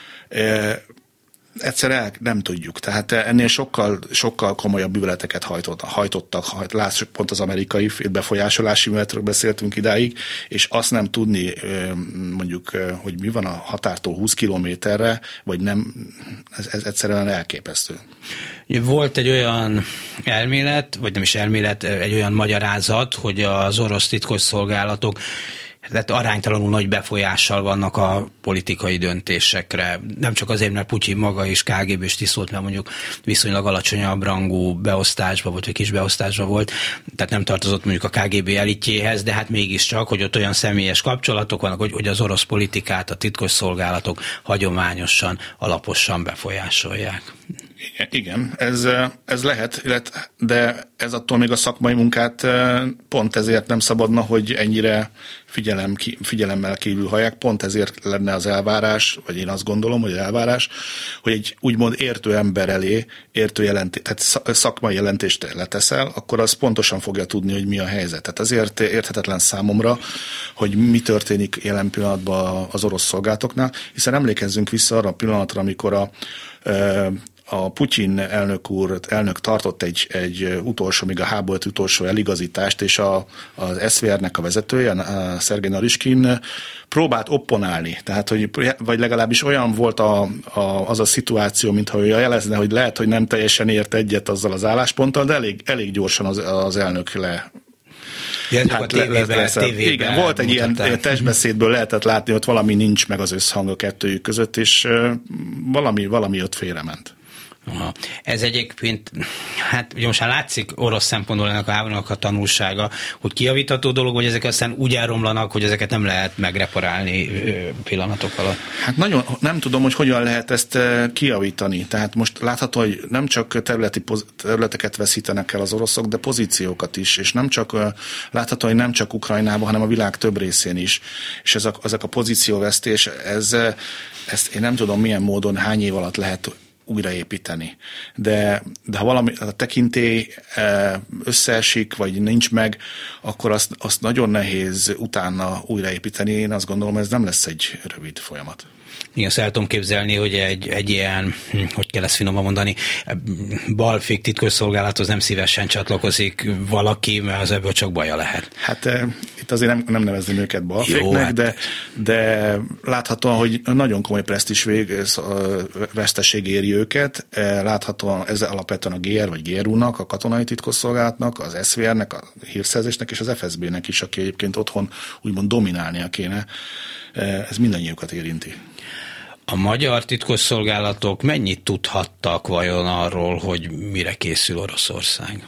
E, Egyszerűen nem tudjuk. Tehát ennél sokkal, sokkal komolyabb műveleteket hajtottak. hajtottak. Lássuk, pont az amerikai befolyásolási műveletről beszéltünk idáig, és azt nem tudni, mondjuk, hogy mi van a határtól húsz kilométerre, vagy nem, ez, ez egyszerűen elképesztő. Volt egy olyan elmélet, vagy nem is elmélet, egy olyan magyarázat, hogy az orosz titkosszolgálatok tehát aránytalanul nagy befolyással vannak a politikai döntésekre. Nem csak azért, mert Putyin maga is ká gé bés tiszt volt, mert mondjuk viszonylag alacsonyabb rangú beosztásba volt, vagy kis beosztásba volt, tehát nem tartozott mondjuk a ká gé bé elitjéhez, de hát mégiscsak, hogy ott olyan személyes kapcsolatok vannak, hogy, hogy az orosz politikát a titkosszolgálatok hagyományosan, alaposan befolyásolják. Igen, ez, ez lehet, de ez attól még a szakmai munkát pont ezért nem szabadna, hogy ennyire figyelem, figyelemmel kívül hallják, pont ezért lenne az elvárás, vagy én azt gondolom, hogy elvárás, hogy egy úgymond értő ember elé, értő jelentés, tehát szakmai jelentést leteszel, akkor az pontosan fogja tudni, hogy mi a helyzet. Tehát azért érthetetlen számomra, hogy mi történik jelen pillanatban az orosz szolgálatoknál, hiszen emlékezzünk vissza arra a pillanatra, amikor a A Putyin elnök úr, elnök tartott egy, egy utolsó, még a háború utolsó eligazítást, és a, az es zé er-nek a vezetője, a Szergej Nariskin próbált opponálni. Tehát, hogy, vagy legalábbis olyan volt a, a, az a szituáció, mintha ő jelezne, hogy lehet, hogy nem teljesen ért egyet azzal az állásponttal, de elég, elég gyorsan az, az elnök le Hát, a tévében, tévében igen, volt egy mutatták. Ilyen testbeszédből lehetett látni, hogy valami nincs meg az összhang a kettőjük között, és valami, valami ott félrement. Aha. Ez egyébként, hát ugye most már látszik orosz szempontból ennek a háborúnak a tanulsága, hogy kijavítható dolog, hogy ezek aztán úgy elromlanak, hogy ezeket nem lehet megreparálni pillanatok alatt. Hát nagyon nem tudom, hogy hogyan lehet ezt kijavítani. Tehát most látható, hogy nem csak területi területeket veszítenek el az oroszok, de pozíciókat is, és nem csak látható, hogy nem csak Ukrajnában, hanem a világ több részén is. És ez a, ezek a pozícióvesztés, ez, ezt én nem tudom milyen módon, hány év alatt lehet újraépíteni. De, de ha valami a tekintély összeesik, vagy nincs meg, akkor azt, azt nagyon nehéz utána újraépíteni. Én azt gondolom, ez nem lesz egy rövid folyamat. Igen, szóval el tudom képzelni, hogy egy, egy ilyen, hogy kell ezt finoman mondani, balfék titkosszolgálathoz nem szívesen csatlakozik valaki, mert az ebből csak baja lehet. Hát e, itt azért nem, nem nevezném őket balféknek, hát. de, de láthatóan, hogy nagyon komoly presztízs veszteség éri őket. Láthatóan ez alapvetően a gé er vagy gé er u-nak, a katonai titkosszolgálatnak, az es zé er-nek, a hírszerzésnek és az ef es bé-nek is, aki egyébként otthon úgymond dominálnia kéne. Ez mindannyiukat érinti. A magyar titkosszolgálatok mennyit tudhattak vajon arról, hogy mire készül Oroszország?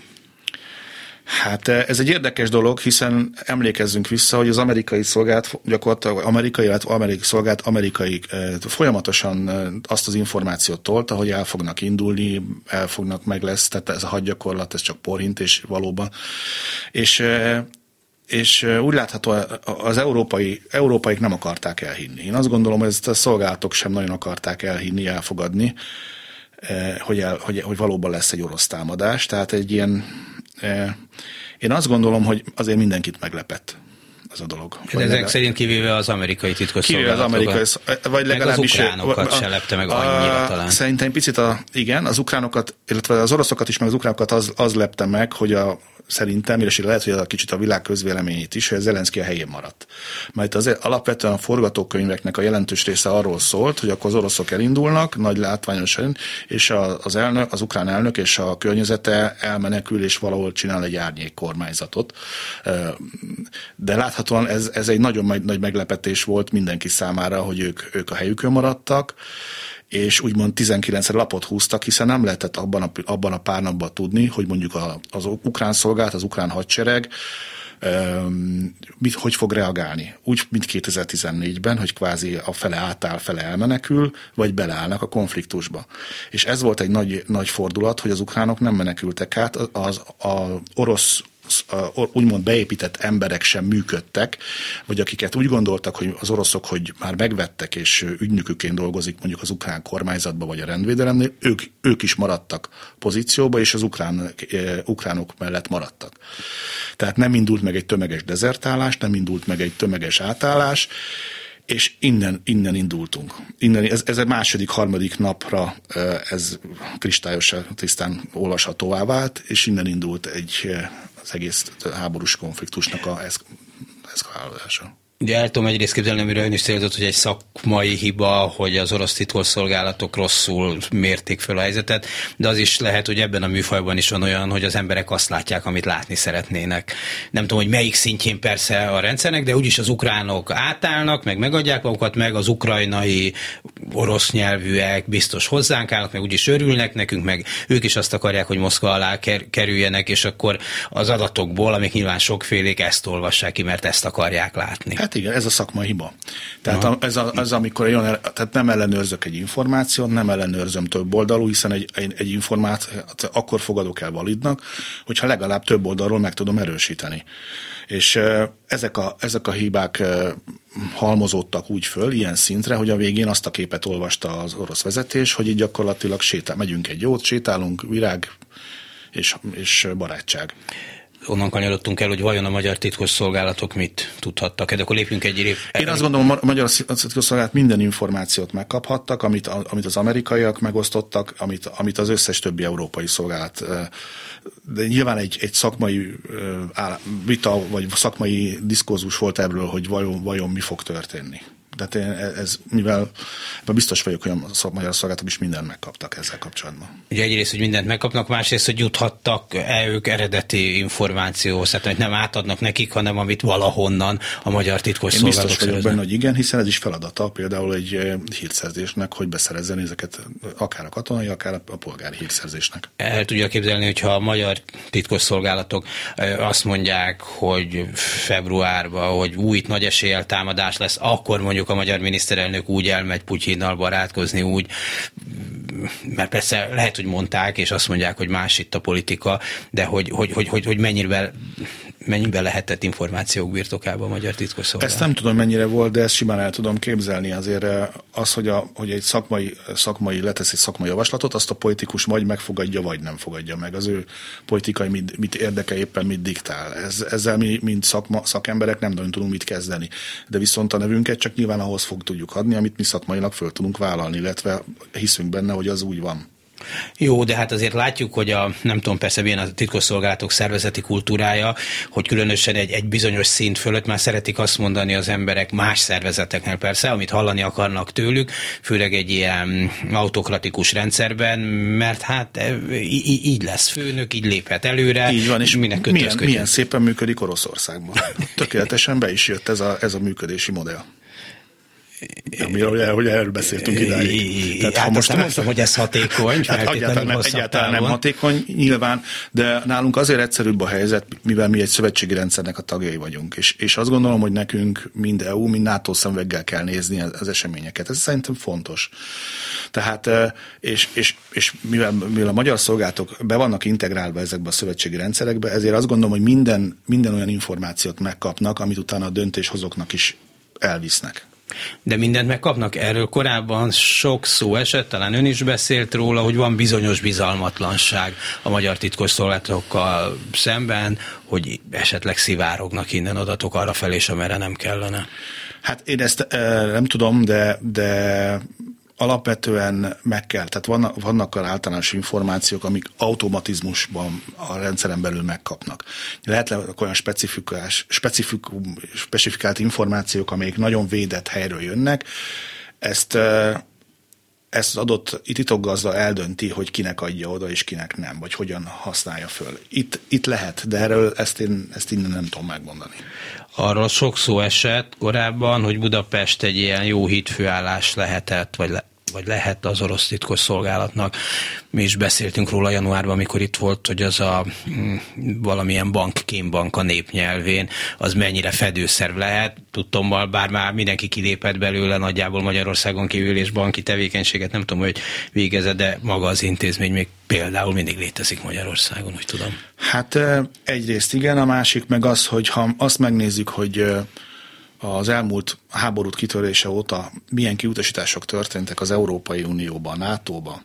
Hát ez egy érdekes dolog, hiszen emlékezzünk vissza, hogy az amerikai szolgálat, gyakorlatilag amerikai, amerikai szolgálat amerikai folyamatosan azt az információt tolta, hogy el fognak indulni, el fognak, meg lesz, tehát ez a hadgyakorlat, ez csak porhintés valóban. És és úgy látható, az európai, európaik nem akarták elhinni. Én azt gondolom, hogy ezt a szolgálatok sem nagyon akarták elhinni, elfogadni, hogy, el, hogy, hogy valóban lesz egy orosz támadás. Tehát egy ilyen, én azt gondolom, hogy azért mindenkit meglepett ez a dolog. De ezek legalább... szerint kivéve az amerikai titkosszolgálatokat. Kivéve az amerikai, vagy legalábbis... Meg az ukránokat se lepte meg annyira talán. Szerintem picit a, igen, az ukránokat, illetve az oroszokat is, meg az ukránokat az, az lepte meg, hogy a szerintem, és lehet, hogy a kicsit a világ közvéleményét is, hogy a Zelenszky a helyén maradt. Mert az alapvetően a forgatókönyveknek a jelentős része arról szólt, hogy akkor az oroszok elindulnak, nagy látványosan, és az elnök, az ukrán elnök és a környezete elmenekül, és valahol csinál egy árnyék kormányzatot. De láthatóan ez, ez egy nagyon nagy meglepetés volt mindenki számára, hogy ők, ők a helyükön maradtak, és úgymond tizenkilencszer lapot húztak, hiszen nem lehetett abban a, abban a pár napban tudni, hogy mondjuk a, az ukrán szolgálat, az ukrán hadsereg um, mit, hogy fog reagálni. Úgy, mint kétezer-tizennégyben, hogy kvázi a fele átáll, fele elmenekül, vagy beleállnak a konfliktusba. És ez volt egy nagy, nagy fordulat, hogy az ukránok nem menekültek át, az, az orosz úgymond beépített emberek sem működtek, vagy akiket úgy gondoltak, hogy az oroszok, hogy már megvettek, és ügynöküként dolgozik mondjuk az ukrán kormányzatban, vagy a rendvédelemnél, ők, ők is maradtak pozícióba, és az ukrán, ukránok mellett maradtak. Tehát nem indult meg egy tömeges dezertálás, nem indult meg egy tömeges átállás, és innen, innen indultunk. Innen, ez, ez a második, harmadik napra ez kristályosan tisztán olvashatóvá vált, és innen indult egy az egész háborús konfliktusnak a eszkalálódása. Ugye el tudom egyrészt képzelni, amire ön is célzott, hogy egy szakmai hiba, hogy az orosz titkosszolgálatok rosszul mérték föl a helyzetet, de az is lehet, hogy ebben a műfajban is van olyan, hogy az emberek azt látják, amit látni szeretnének. Nem tudom, hogy melyik szintjén persze a rendszernek, de úgyis az ukránok átállnak, meg megadják magukat, meg az ukrajnai orosz nyelvűek biztos hozzánk állnak, meg úgyis örülnek nekünk, meg ők is azt akarják, hogy Moszkva alá kerüljenek, és akkor az adatokból, amik nyilván sokfélék, ezt olvassák ki, mert ezt akarják látni. Hát igen, ez a szakmai hiba. Tehát a, ez a, az, amikor jön, tehát nem ellenőrzök egy információt, nem ellenőrzöm több oldalú, hiszen egy, egy, egy információt akkor fogadok el validnak, hogyha legalább több oldalról meg tudom erősíteni. És ezek a, ezek a hibák halmozódtak úgy föl, ilyen szintre, hogy a végén azt a képet olvasta az orosz vezetés, hogy így gyakorlatilag sétál, megyünk egy jót, sétálunk, virág és, és barátság. Onnan kanyarodtunk el, hogy vajon a magyar titkosszolgálatok mit tudhattak. De akkor lépjünk egy év. Én azt gondolom, a magyar titkosszolgálat minden információt megkaphattak, amit, amit az amerikaiak megosztottak, amit, amit az összes többi európai szolgálat. De nyilván egy, egy szakmai vita, vagy szakmai diszkurzus volt ebből, hogy vajon, vajon mi fog történni. Tehát ez, mivel biztos vagyok, hogy a magyar szolgálatok is mindent megkaptak ezzel kapcsolatban. Ugye egyrészt, hogy mindent megkapnak, másrészt, hogy juthattak-e ők eredeti információhoz, tehát hogy nem átadnak nekik, hanem amit valahonnan a magyar titkosszolgálatok. Én biztos vagyok benne, hogy igen, hiszen ez is feladata például egy hírszerzésnek, hogy beszerezzen ezeket akár a katonai, akár a polgári hírszerzésnek. El tudja képzelni, hogyha a magyar titkosszolgálatok azt mondják, hogy februárban, hogy új nagy eséllyel támadás lesz, akkor mondjuk a magyar miniszterelnök úgy elmegy Putyinnal barátkozni, úgy, mert persze lehet, hogy mondták, és azt mondják, hogy más itt a politika, de hogy, hogy, hogy, hogy, hogy mennyire, mennyire lehetett információk birtokában a magyar titkosszolgálat? Ezt nem tudom, mennyire volt, de ezt simán el tudom képzelni. Azért az, hogy, a, hogy egy szakmai, szakmai letesz egy szakmai javaslatot, azt a politikus vagy megfogadja, vagy nem fogadja meg. Az ő politikai mit, mit érdeke éppen mit diktál. Ez, ezzel mi, mint szakma, szakemberek nem nagyon tudunk mit kezdeni. De viszont a nevünket csak nyilván ahhoz fog tudjuk adni, amit mi szakmailag föl tudunk vállalni, illetve hiszünk benne, hogy az úgy van. Jó, de hát azért látjuk, hogy a, nem tudom persze milyen a titkosszolgálatok szervezeti kultúrája, hogy különösen egy, egy bizonyos szint fölött már szeretik azt mondani az emberek más szervezeteknél persze, amit hallani akarnak tőlük, főleg egy ilyen autokratikus rendszerben, mert hát í- így lesz főnök, így léphet előre. Így van, és milyen, milyen szépen működik Oroszországban. Tökéletesen be is jött ez a, ez a működési modell. Amiről, hogy erről beszéltünk idáig. Tehát, hát most nem mondtam, hogy ez hatékony. Hát egyáltalán nem, egyáltalán nem hatékony, nyilván, de nálunk azért egyszerűbb a helyzet, mivel mi egy szövetségi rendszernek a tagjai vagyunk. És, és azt gondolom, hogy nekünk mind é u, mind NATO szemüveggel kell nézni az eseményeket. Ez szerintem fontos. Tehát, és, és, és mivel, mivel a magyar szolgálatok be vannak integrálva ezekbe a szövetségi rendszerekbe, ezért azt gondolom, hogy minden, minden olyan információt megkapnak, amit utána a döntéshozóknak is elvisznek. De mindent megkapnak. Erről korábban sok szó esett, talán ön is beszélt róla, hogy van bizonyos bizalmatlanság a magyar titkosszolgálatokkal szemben, hogy esetleg szivárognak innen adatok arra felé, és amerre nem kellene. Hát én ezt nem tudom, de, de alapvetően meg kell. Tehát vannak, vannak általános információk, amik automatizmusban a rendszeren belül megkapnak. Lehet olyan specifikás, specifikum, specifikált információk, amelyek nagyon védett helyről jönnek. Ezt, ezt az adott titokgazda eldönti, hogy kinek adja oda, és kinek nem, vagy hogyan használja föl. Itt, itt lehet, de erről ezt én ezt innen nem tudom megmondani. Arról sok szó esett korábban, hogy Budapest egy ilyen jó hitfőállás lehetett, vagy le, vagy lehet az orosz titkosszolgálatnak. Mi is beszéltünk róla januárban, amikor itt volt, hogy az a mm, valamilyen bank, kémbank a népnyelvén, az mennyire fedőszerv lehet. Tudtommal, bár már mindenki kilépett belőle nagyjából Magyarországon kívül, és banki tevékenységet nem tudom, hogy végezett, de maga az intézmény még például mindig létezik Magyarországon, úgy tudom. Hát egyrészt igen, a másik meg az, hogy ha azt megnézzük, hogy az elmúlt háborút kitörése óta milyen kiutasítások történtek az Európai Unióban, nátóban,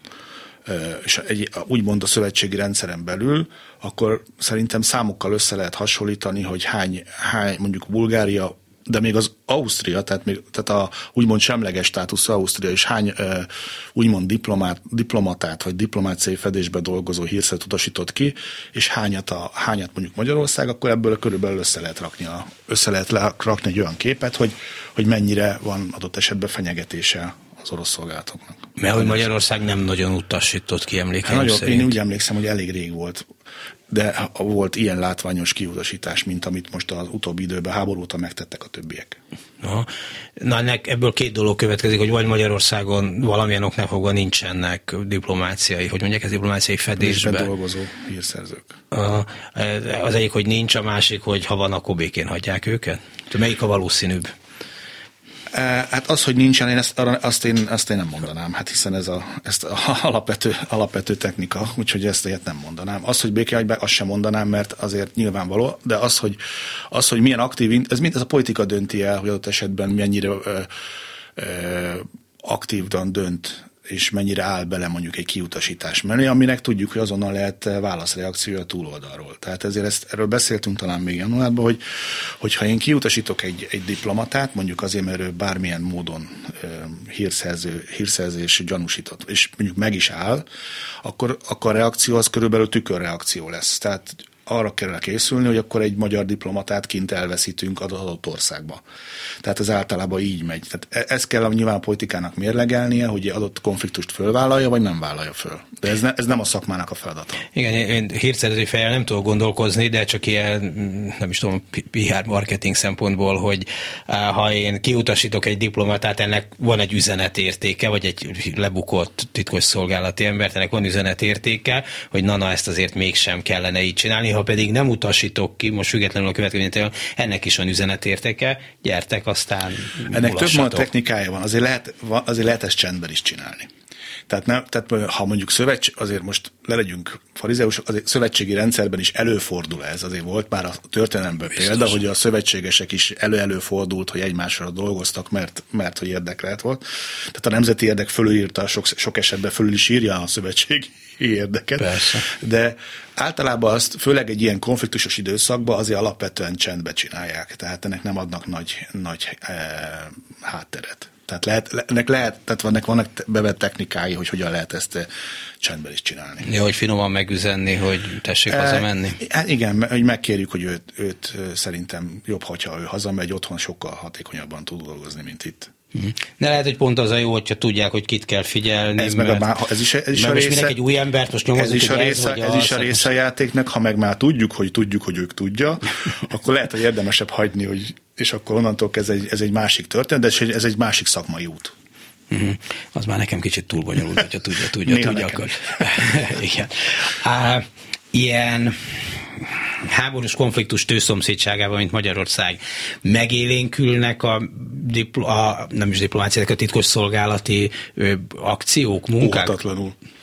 és egy, úgymond a szövetségi rendszeren belül, akkor szerintem számokkal össze lehet hasonlítani, hogy hány, hány mondjuk Bulgária, de még az Ausztria, tehát, még, tehát a úgymond semleges státuszú Ausztria is hány úgymond diplomát, diplomatát vagy diplomáciai fedésbe dolgozó hírszert utasított ki, és hányat, a, hányat mondjuk Magyarország, akkor ebből körülbelül össze lehet rakni, a, össze lehet rakni egy olyan képet, hogy, hogy mennyire van adott esetben fenyegetése az orosz szolgálatoknak. Mert hogy Magyarország nem nagyon utasított ki, emlékeim hát szerint. Én úgy emlékszem, hogy elég rég volt, de volt ilyen látványos kiutasítás, mint amit most az utóbbi időben háború óta megtettek a többiek. Aha. Na, ennek ebből két dolog következik, hogy vagy Magyarországon valamilyen oknál fogva nincsenek diplomáciai, hogy mondják, ez diplomáciai fedésben. Fedésben dolgozó hírszerzők. Az egyik, hogy nincs, a másik, hogy ha van, akkor békén hagyják őket. Melyik a valószínűbb? Hát az, hogy nincsen, én ezt, azt, én, azt én nem mondanám, hát hiszen ez a, ezt a alapvető, alapvető technika, úgyhogy ezt ilyet nem mondanám. Az, hogy békehagyják, azt sem mondanám, mert azért nyilvánvaló, de az, hogy, az, hogy milyen aktív, ez mind ez a politika dönti el, hogy adott esetben mennyire ö, ö, aktívan dönt, és mennyire áll bele mondjuk egy kiutasítás mellé, aminek tudjuk, hogy azonnal lehet válaszreakció a túloldalról. Tehát ezért ezt, erről beszéltünk talán még januárban, hogy hogyha én kiutasítok egy, egy diplomatát, mondjuk azért, mert ő bármilyen módon e, hírszerző, hírszerzés gyanúsított, és mondjuk meg is áll, akkor, akkor a reakció az körülbelül tükörreakció lesz. Tehát arra kell készülni, hogy akkor egy magyar diplomatát kint elveszítünk az adott országba. Tehát ez általában így megy. Tehát ez kell nyilván a politikának mérlegelnie, hogy adott konfliktust fölvállalja, vagy nem vállalja föl. De ez, ne, ez nem a szakmának a feladata. Igen, én hírszerző fejjel nem tudok gondolkozni, de csak ilyen, nem is tudom, pé er marketing szempontból, hogy ha én kiutasítok egy diplomatát, ennek van egy üzenetértéke, vagy egy lebukott titkosszolgálati embert, ennek van üzenetértéke, hogy na-na, ezt azért mégsem kellene így csinálni. Ha pedig nem utasítok ki, most függetlenül a következőtől, ennek is van üzenetértéke, gyertek, aztán ennek több mód technikája van, azért lehet, azért lehet ezt csendben is csinálni. Tehát, nem, tehát ha mondjuk szövetség, azért most le legyünk farizeusok, azért szövetségi rendszerben is előfordul ez, azért volt már a történelemben példa, hogy a szövetségesek is elő-előfordult, hogy egymásra dolgoztak, mert, mert hogy érdekelt volt. Tehát a nemzeti érdek fölülírta, sok, sok esetben fölül is írja a szövetségi érdeket. Persze. De általában azt, főleg egy ilyen konfliktusos időszakban azért alapvetően csendbe csinálják, tehát ennek nem adnak nagy, nagy e, hátteret. Tehát lehet, ennek lehet, tehát vannak, vannak bevett technikái, hogy hogyan lehet ezt csendben is csinálni. Ja, hogy finoman megüzenni, hogy tessék e, hazamenni. Hát igen, hogy megkérjük, hogy őt, őt szerintem jobb, hogyha ő hazamegy, otthon sokkal hatékonyabban tud dolgozni, mint itt. De lehet, hogy pont az a jó, hogyha tudják, hogy kit kell figyelni. Ez, meg a, ez is, ez is a része. Egy új embert most nyomozunk, ez is a része, ez, ez is a része a játéknak, ha meg már tudjuk, hogy tudjuk, hogy ők tudja, akkor lehet, hogy érdemesebb hagyni, hogy, és akkor onnantól ez egy, ez egy másik történet, de ez egy másik szakmai út. Uh-huh. Az már nekem kicsit túl bonyolult, hogyha tudja, tudja, tudja, akkor. Igen. Uh, ilyen háborús konfliktus tőszomszédságában, mint Magyarország, megélénkülnek a, diplo- a nem is diplomáciák, a titkosszolgálati ö, akciók, munkák? Óhatatlanul.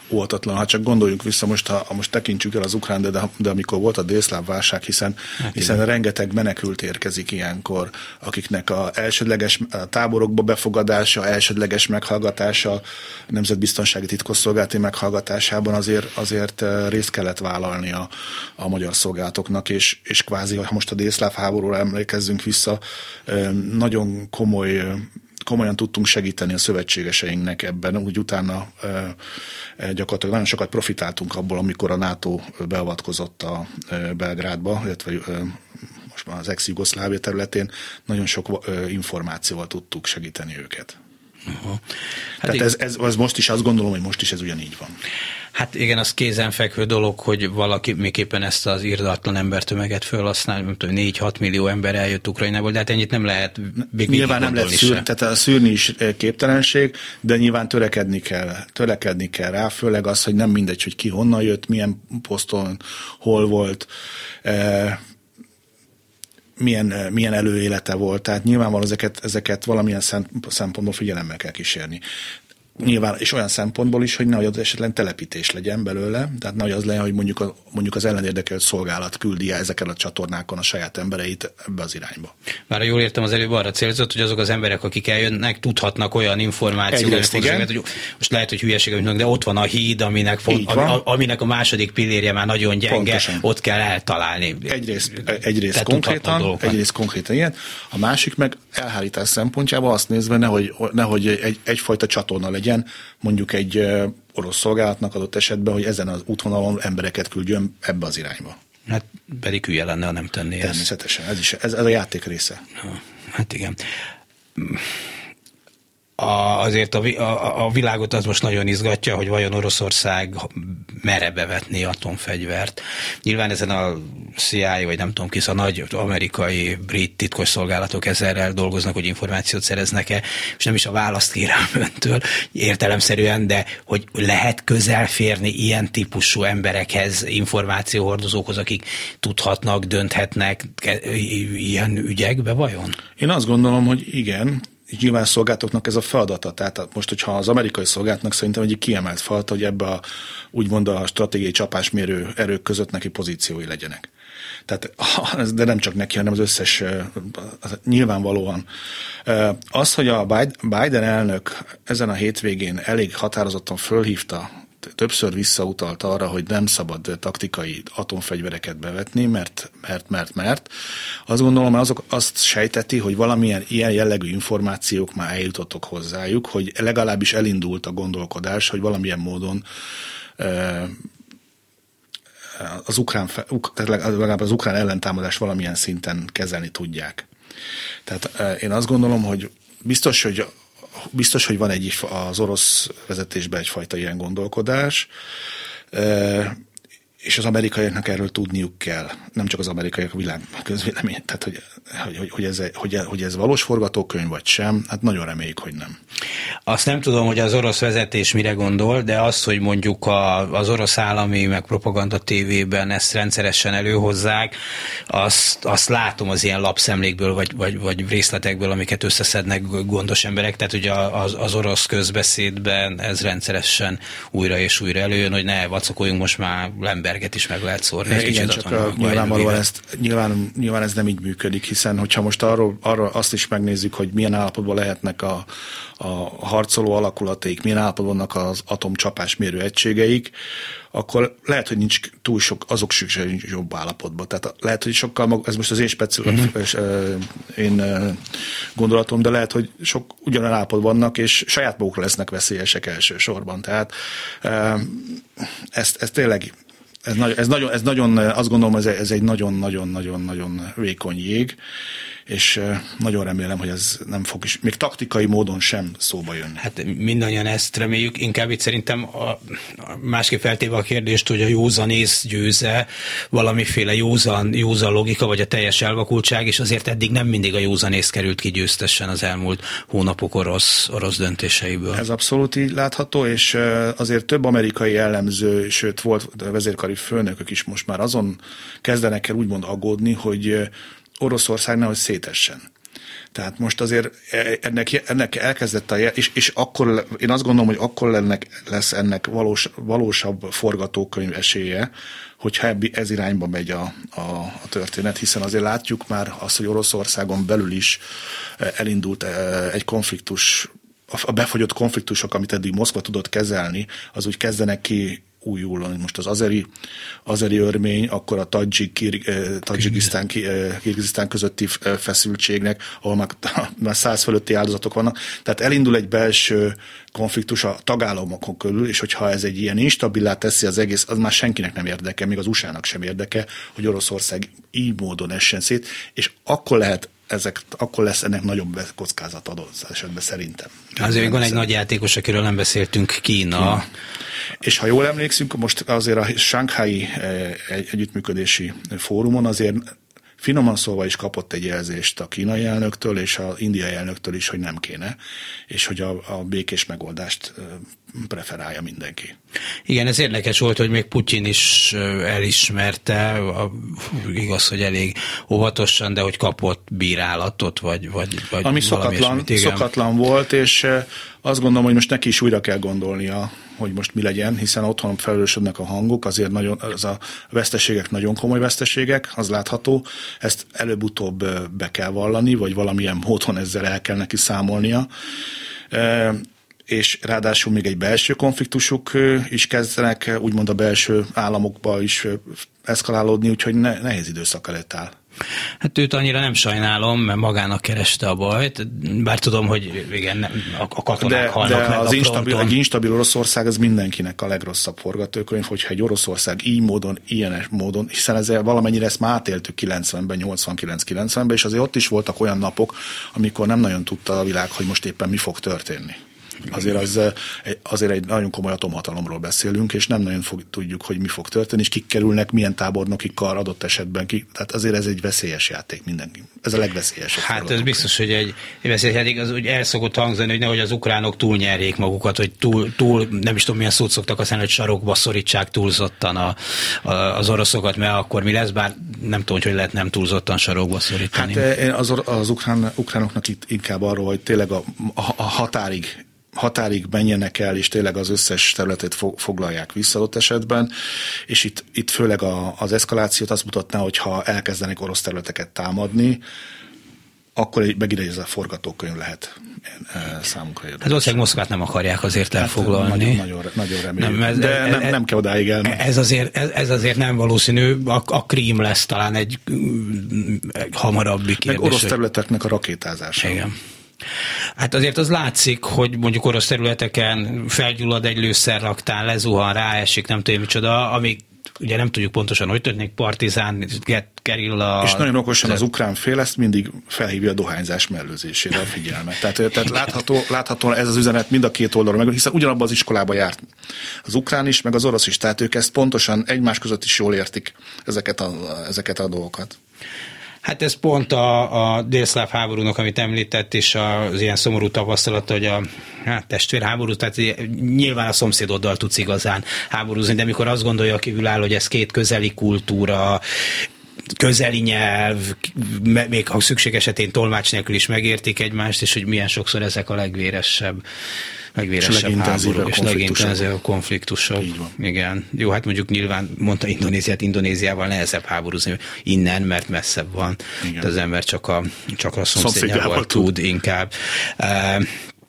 óvatatlan. Ha csak gondoljunk vissza, most, ha, ha most tekintsük el az ukrán, de, de amikor volt a délszláv válság, hiszen, hát hiszen rengeteg menekült érkezik ilyenkor, akiknek a elsődleges a táborokba befogadása, elsődleges meghallgatása, a nemzetbiztonsági titkosszolgálati meghallgatásában azért, azért részt kellett vállalni a, a magyar szolgálatoknak, és, és kvázi, ha most a délszláv háborúra emlékezzünk vissza, nagyon komoly komolyan tudtunk segíteni a szövetségeseinknek ebben, úgy utána e, gyakorlatilag nagyon sokat profitáltunk abból, amikor a NATO beavatkozott a e, Belgrádba, illetve e, most már az ex-Jugoszlávia területén nagyon sok e, információval tudtuk segíteni őket. Uh-huh. Hát Tehát ez, ez, ez most is, azt gondolom, hogy most is ez ugyanígy van. Hát igen, az kézenfekvő dolog, hogy valaki miképpen ezt az irdatlan embertömeget felhasznál, nem tudom, négy-hat millió ember eljött Ukrajnából, de hát ennyit nem lehet még nyilván nem lehet szűrni, tehát szűrni is képtelenség, de nyilván törekedni kell, törekedni kell rá, főleg az, hogy nem mindegy, hogy ki honnan jött, milyen poszton, hol volt, eh, milyen, milyen előélete volt, tehát nyilvánvalóan ezeket, ezeket valamilyen szempontból figyelemmel kell kísérni. Nyilván, és olyan szempontból is, hogy nehogy az esetlen telepítés legyen belőle, tehát nehogy az legyen, hogy mondjuk, a, mondjuk az ellenérdekelt szolgálat küldi el ezeken a csatornákon a saját embereit ebbe az irányba. Már jól értem, az előbb arra célzott, hogy azok az emberek, akik eljönnek, tudhatnak olyan információkat, hogy most lehet, hogy hülyeségek mondnak, de ott van a híd, aminek, font, a, aminek a második pillérje már nagyon gyenge, pontosan. Ott kell eltalálni. Egyrészt, egyrészt, konkrétan, egyrészt konkrétan ilyen, a másik meg elhárítás szempontjából azt nézve, nehogy, nehogy egy, egyfajta csatorna legyen, mondjuk egy orosz szolgálatnak adott esetben, hogy ezen az útvonalon embereket küldjön ebbe az irányba. Hát pedig hülye lenne, ha nem tenné ezt. Természetesen, ez, is, ez, ez a játék része. Ha, hát igen. A, azért a, a, a világot az most nagyon izgatja, hogy vajon Oroszország mere bevetni atomfegyvert. Nyilván ezen a C I A, vagy nem tudom ki, a nagy amerikai, brit titkosszolgálatok ezerrel dolgoznak, hogy információt szereznek-e, és nem is a választ kérem öntől értelemszerűen, de hogy lehet közel férni ilyen típusú emberekhez, információhordozókhoz, akik tudhatnak, dönthetnek ilyen ügyekbe vajon? Én azt gondolom, hogy igen, és nyilván szolgálatoknak ez a feladata. Tehát most, hogyha az amerikai szolgálatnak szerintem egy kiemelt feladat, hogy ebbe a úgymond a stratégiai csapásmérő erők között neki pozíciói legyenek. Tehát, de nem csak neki, hanem az összes, nyilvánvalóan. Az, hogy a Biden elnök ezen a hétvégén elég határozottan fölhívta, többször visszautalt arra, hogy nem szabad taktikai atomfegyvereket bevetni, mert, mert, mert, mert. Azt gondolom, hogy azok azt sejteti, hogy valamilyen ilyen jellegű információk már eljutottak hozzájuk, hogy legalábbis elindult a gondolkodás, hogy valamilyen módon az ukrán, tehát legalább az ukrán ellentámadás valamilyen szinten kezelni tudják. Tehát én azt gondolom, hogy biztos, hogy Biztos, hogy van egy, az orosz vezetésben egyfajta ilyen gondolkodás, és az amerikaiaknak erről tudniuk kell. Nem csak az amerikaiak, a világ közvélemény. Tehát, hogy, hogy, hogy, ez, hogy, hogy ez valós forgatókönyv vagy sem, hát nagyon reméljük, hogy nem. Azt nem tudom, hogy az orosz vezetés mire gondol, de az, hogy mondjuk a, az orosz állami, meg propaganda tévében ezt rendszeresen előhozzák, azt, azt látom az ilyen lapszemlékből, vagy, vagy, vagy részletekből, amiket összeszednek gondos emberek, tehát ugye az, az orosz közbeszédben ez rendszeresen újra és újra előjön, hogy ne vacakoljunk, most már Lemberget is meg lehet szórni. Egy igen, csak a, nyilvánvalóan ezt, nyilván, nyilván ez nem így működik, hiszen hogyha most arról, arról azt is megnézzük, hogy milyen állapotban lehetnek a, a harcoló alakulaték, milyen állapotban vannak az atomcsapásmérő egységeik, akkor lehet, hogy nincs túl sok, azok szükséges jobb állapotban. Tehát lehet, hogy sokkal, ez most az én speciális uh-huh. én gondolatom, de lehet, hogy sok ugyanolyan állapotban vannak, és saját magukra lesznek veszélyesek elsősorban. Tehát ezt, ezt tényleg Ez, nagy, ez, nagyon, ez nagyon, azt gondolom, ez, ez egy nagyon-nagyon-nagyon-nagyon vékony jég, és nagyon remélem, hogy ez nem fog is, még taktikai módon sem szóba jönni. Hát mindannyian ezt reméljük, inkább itt szerintem a, a másképp feltéve a kérdést, hogy a józanész győze, valamiféle józan, józan logika, vagy a teljes elvakultság, és azért eddig nem mindig a józanész került ki győztesen az elmúlt hónapok orosz, orosz döntéseiből. Ez abszolút így látható, és azért több amerikai jellemző, sőt volt vezérkari főnökök is most már azon kezdenek el úgymond aggódni, hogy Oroszország nehogy szétessen. Tehát most azért ennek, ennek elkezdett a jel, és, és akkor, én azt gondolom, hogy akkor lennek, lesz ennek valós, valósabb forgatókönyv esélye, hogyha ez irányba megy a, a, a történet, hiszen azért látjuk már azt, hogy Oroszországon belül is elindult egy konfliktus, a befagyott konfliktusok, amit eddig Moszkva tudott kezelni, az úgy kezdenek ki újul. Most az azeri, azeri örmény, akkor a Tadzsik, Tadzsikisztán, Kirgizisztán közötti feszültségnek, ahol már, már száz fölötti áldozatok vannak. Tehát elindul egy belső konfliktus a tagállamokon körül, és hogyha ez egy ilyen instabilá teszi az egész, az már senkinek nem érdeke, még az u es á-nak sem érdeke, hogy Oroszország így módon essen szét, és akkor lehet ezek, akkor lesz ennek nagyobb kockázat adott esetben szerintem. Azért van egy nagy játékos, akiről nem beszéltünk, Kína. Kína. És ha jól emlékszünk, most azért a Shanghai együttműködési fórumon azért finoman szólva is kapott egy jelzést a kínai elnöktől és az indiai elnöktől is, hogy nem kéne, és hogy a, a békés megoldást preferálja mindenki. Igen, ez érdekes volt, hogy még Putyin is elismerte, a, igaz, hogy elég óvatosan, de hogy kapott bírálatot, vagy, vagy, vagy ami szokatlan, szokatlan volt, és azt gondolom, hogy most neki is újra kell gondolnia, hogy most mi legyen, hiszen otthon felelősödnek a hangok, azért nagyon, az a veszteségek nagyon komoly veszteségek, az látható, ezt előbb-utóbb be kell vallani, vagy valamilyen módon ezzel el kell neki számolnia. E, és ráadásul még egy belső konfliktusuk is kezdenek, úgymond a belső államokba is eszkalálódni, úgyhogy ne, nehéz időszak előtt áll. Hát őt annyira nem sajnálom, mert magának kereste a bajt, bár tudom, hogy igen, nem, a katonák de, halnak de meg az a instabil, fronton. egy instabil Oroszország az mindenkinek a legrosszabb forgatókönyv, hogyha egy Oroszország így módon, ilyen módon, hiszen ezzel valamennyire ezt már átéltük kilencvenben, nyolcvankilenc kilencvenben, és azért ott is voltak olyan napok, amikor nem nagyon tudta a világ, hogy most éppen mi fog történni. Azért, az, azért egy nagyon komoly atomhatalomról beszélünk, és nem nagyon fog, tudjuk, hogy mi fog történni, és kik kerülnek, milyen tábornokikkal adott esetben ki. Tehát azért ez egy veszélyes játék mindenki. Ez a legveszélyesebb. Hát ez biztos, hogy egy, egy veszélyes játék, az úgy el szokott hangzani, hogy nehogy az ukránok túlnyerjék magukat, hogy túl, túl, nem is tudom milyen szót szoktak használni, hogy sarokba szorítsák túlzottan a, a, az oroszokat, mert akkor mi lesz, bár nem tudom, hogy lehet nem túlzottan sarokba szorítani. Hát az, az ukrán, ukránoknak itt inkább arról, hogy tényleg a, a, a határig határig menjenek el, és tényleg az összes területet foglalják vissza ott esetben, és itt, itt főleg a, az eszkalációt azt mutatná, hogy ha elkezdenek orosz területeket támadni, akkor egy, megint ez a forgatókönyv lehet számunkra érdekes. Hát valószínűleg Moszkvát nem akarják azért elfoglalni. Hát, nagyon, nagyon, nagyon reméljük, nem, ez, de ez, nem, nem kell odáig elmenni. Ez azért, ez, ez azért nem valószínű, a, a Krím lesz talán egy, egy hamarabbi kérdés. Meg orosz területeknek a rakétázása. Igen. Hát azért az látszik, hogy mondjuk orosz területeken felgyullad egy lőszerraktár, lezuhan, ráesik, nem tudom micsoda, amíg ugye nem tudjuk pontosan, hogy történik, partizán, gerilla. És nagyon okosan az ukrán fél ezt mindig felhívja a dohányzás mellőzésére a figyelmet. Tehát, tehát látható, látható ez az üzenet mind a két oldalon meg, hiszen ugyanabban az iskolába járt az ukrán is, meg az orosz is, tehát ők ezt pontosan egymás között is jól értik ezeket a, ezeket a dolgokat. Hát ez pont a, a délszláv háborúnak, amit említett, és az ilyen szomorú tapasztalata, hogy a hát, testvérháború, tehát nyilván a szomszédoddal tudsz igazán háborúzni, de mikor azt gondolja a kívülálló, hogy ez két közeli kultúra, közeli nyelv, még ha szükség esetén tolmács nélkül is megértik egymást, és hogy milyen sokszor ezek a legvéresebb legvéresebb háborúk és legintenzívebb konfliktusok. Igen. Jó, hát mondjuk nyilván mondta Indonéziát, Indonéziával nehezebb háborúzni innen, mert messzebb van. De az ember csak a, csak a szomszédjával tud inkább. Uh,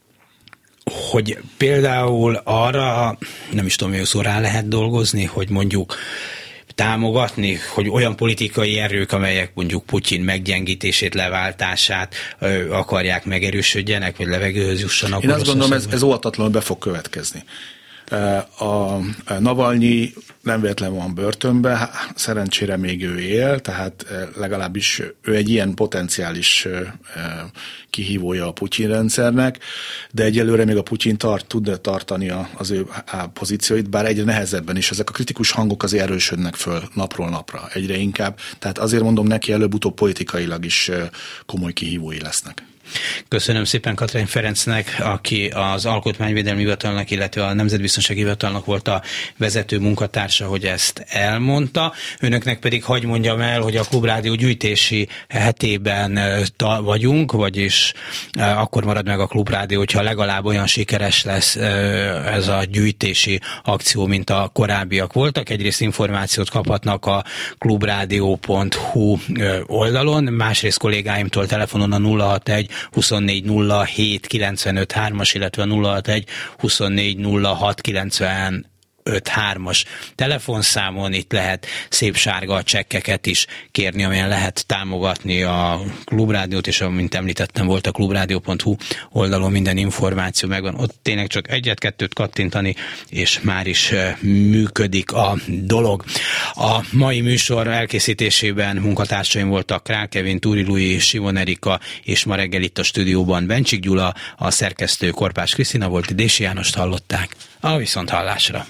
hogy például arra, nem is tudom, hogy szó rá lehet dolgozni, hogy mondjuk támogatni, hogy olyan politikai erők, amelyek mondjuk Putyin meggyengítését, leváltását ö, akarják megerősödjenek, vagy levegőhöz jussanak. Én azt gondolom, ez, ez óvatatlanul be fog következni. A Navalnyi nem véletlen van börtönben, szerencsére még ő él, tehát legalábbis ő egy ilyen potenciális kihívója a Putyin rendszernek, de egyelőre még a Putyin tart, tud tartani az ő pozícióit, bár egyre nehezebben is. Ezek a kritikus hangok azért erősödnek föl napról napra, egyre inkább. Tehát azért mondom neki, előbb-utóbb politikailag is komoly kihívói lesznek. Köszönöm szépen Katrány Ferencnek, aki az Alkotmányvédelmi Hivatalnak, illetve a Nemzetbiztonsági Hivatalnak volt a vezető munkatársa, hogy ezt elmondta. Önöknek pedig hagy mondjam el, hogy a Klubrádió gyűjtési hetében vagyunk, vagyis akkor marad meg a Klubrádió, hogyha legalább olyan sikeres lesz ez a gyűjtési akció, mint a korábbiak voltak. Egyrészt információt kaphatnak a klubrádió pont hu oldalon, másrészt kollégáimtól telefonon a nulla hatvanegy huszonnégy nulla hét kilencvenöt hármas, illetve a nulla hatvanegy huszonnégy nulla hat kilencvenöt hármas telefonszámon. Itt lehet szép sárga csekkeket is kérni, amelyen lehet támogatni a Klubrádiót, és amint említettem, volt a klubrádió pont hu oldalon minden információ megvan. Ott tényleg csak egyet-kettőt kattintani, és már is működik a dolog. A mai műsor elkészítésében munkatársaim voltak Král Kevin, Túri Lui, Simon Erika, és ma reggel itt a stúdióban Bencsik Gyula, a szerkesztő Korpás Krisztina volt, Dési Jánost hallották. A viszonthallásra.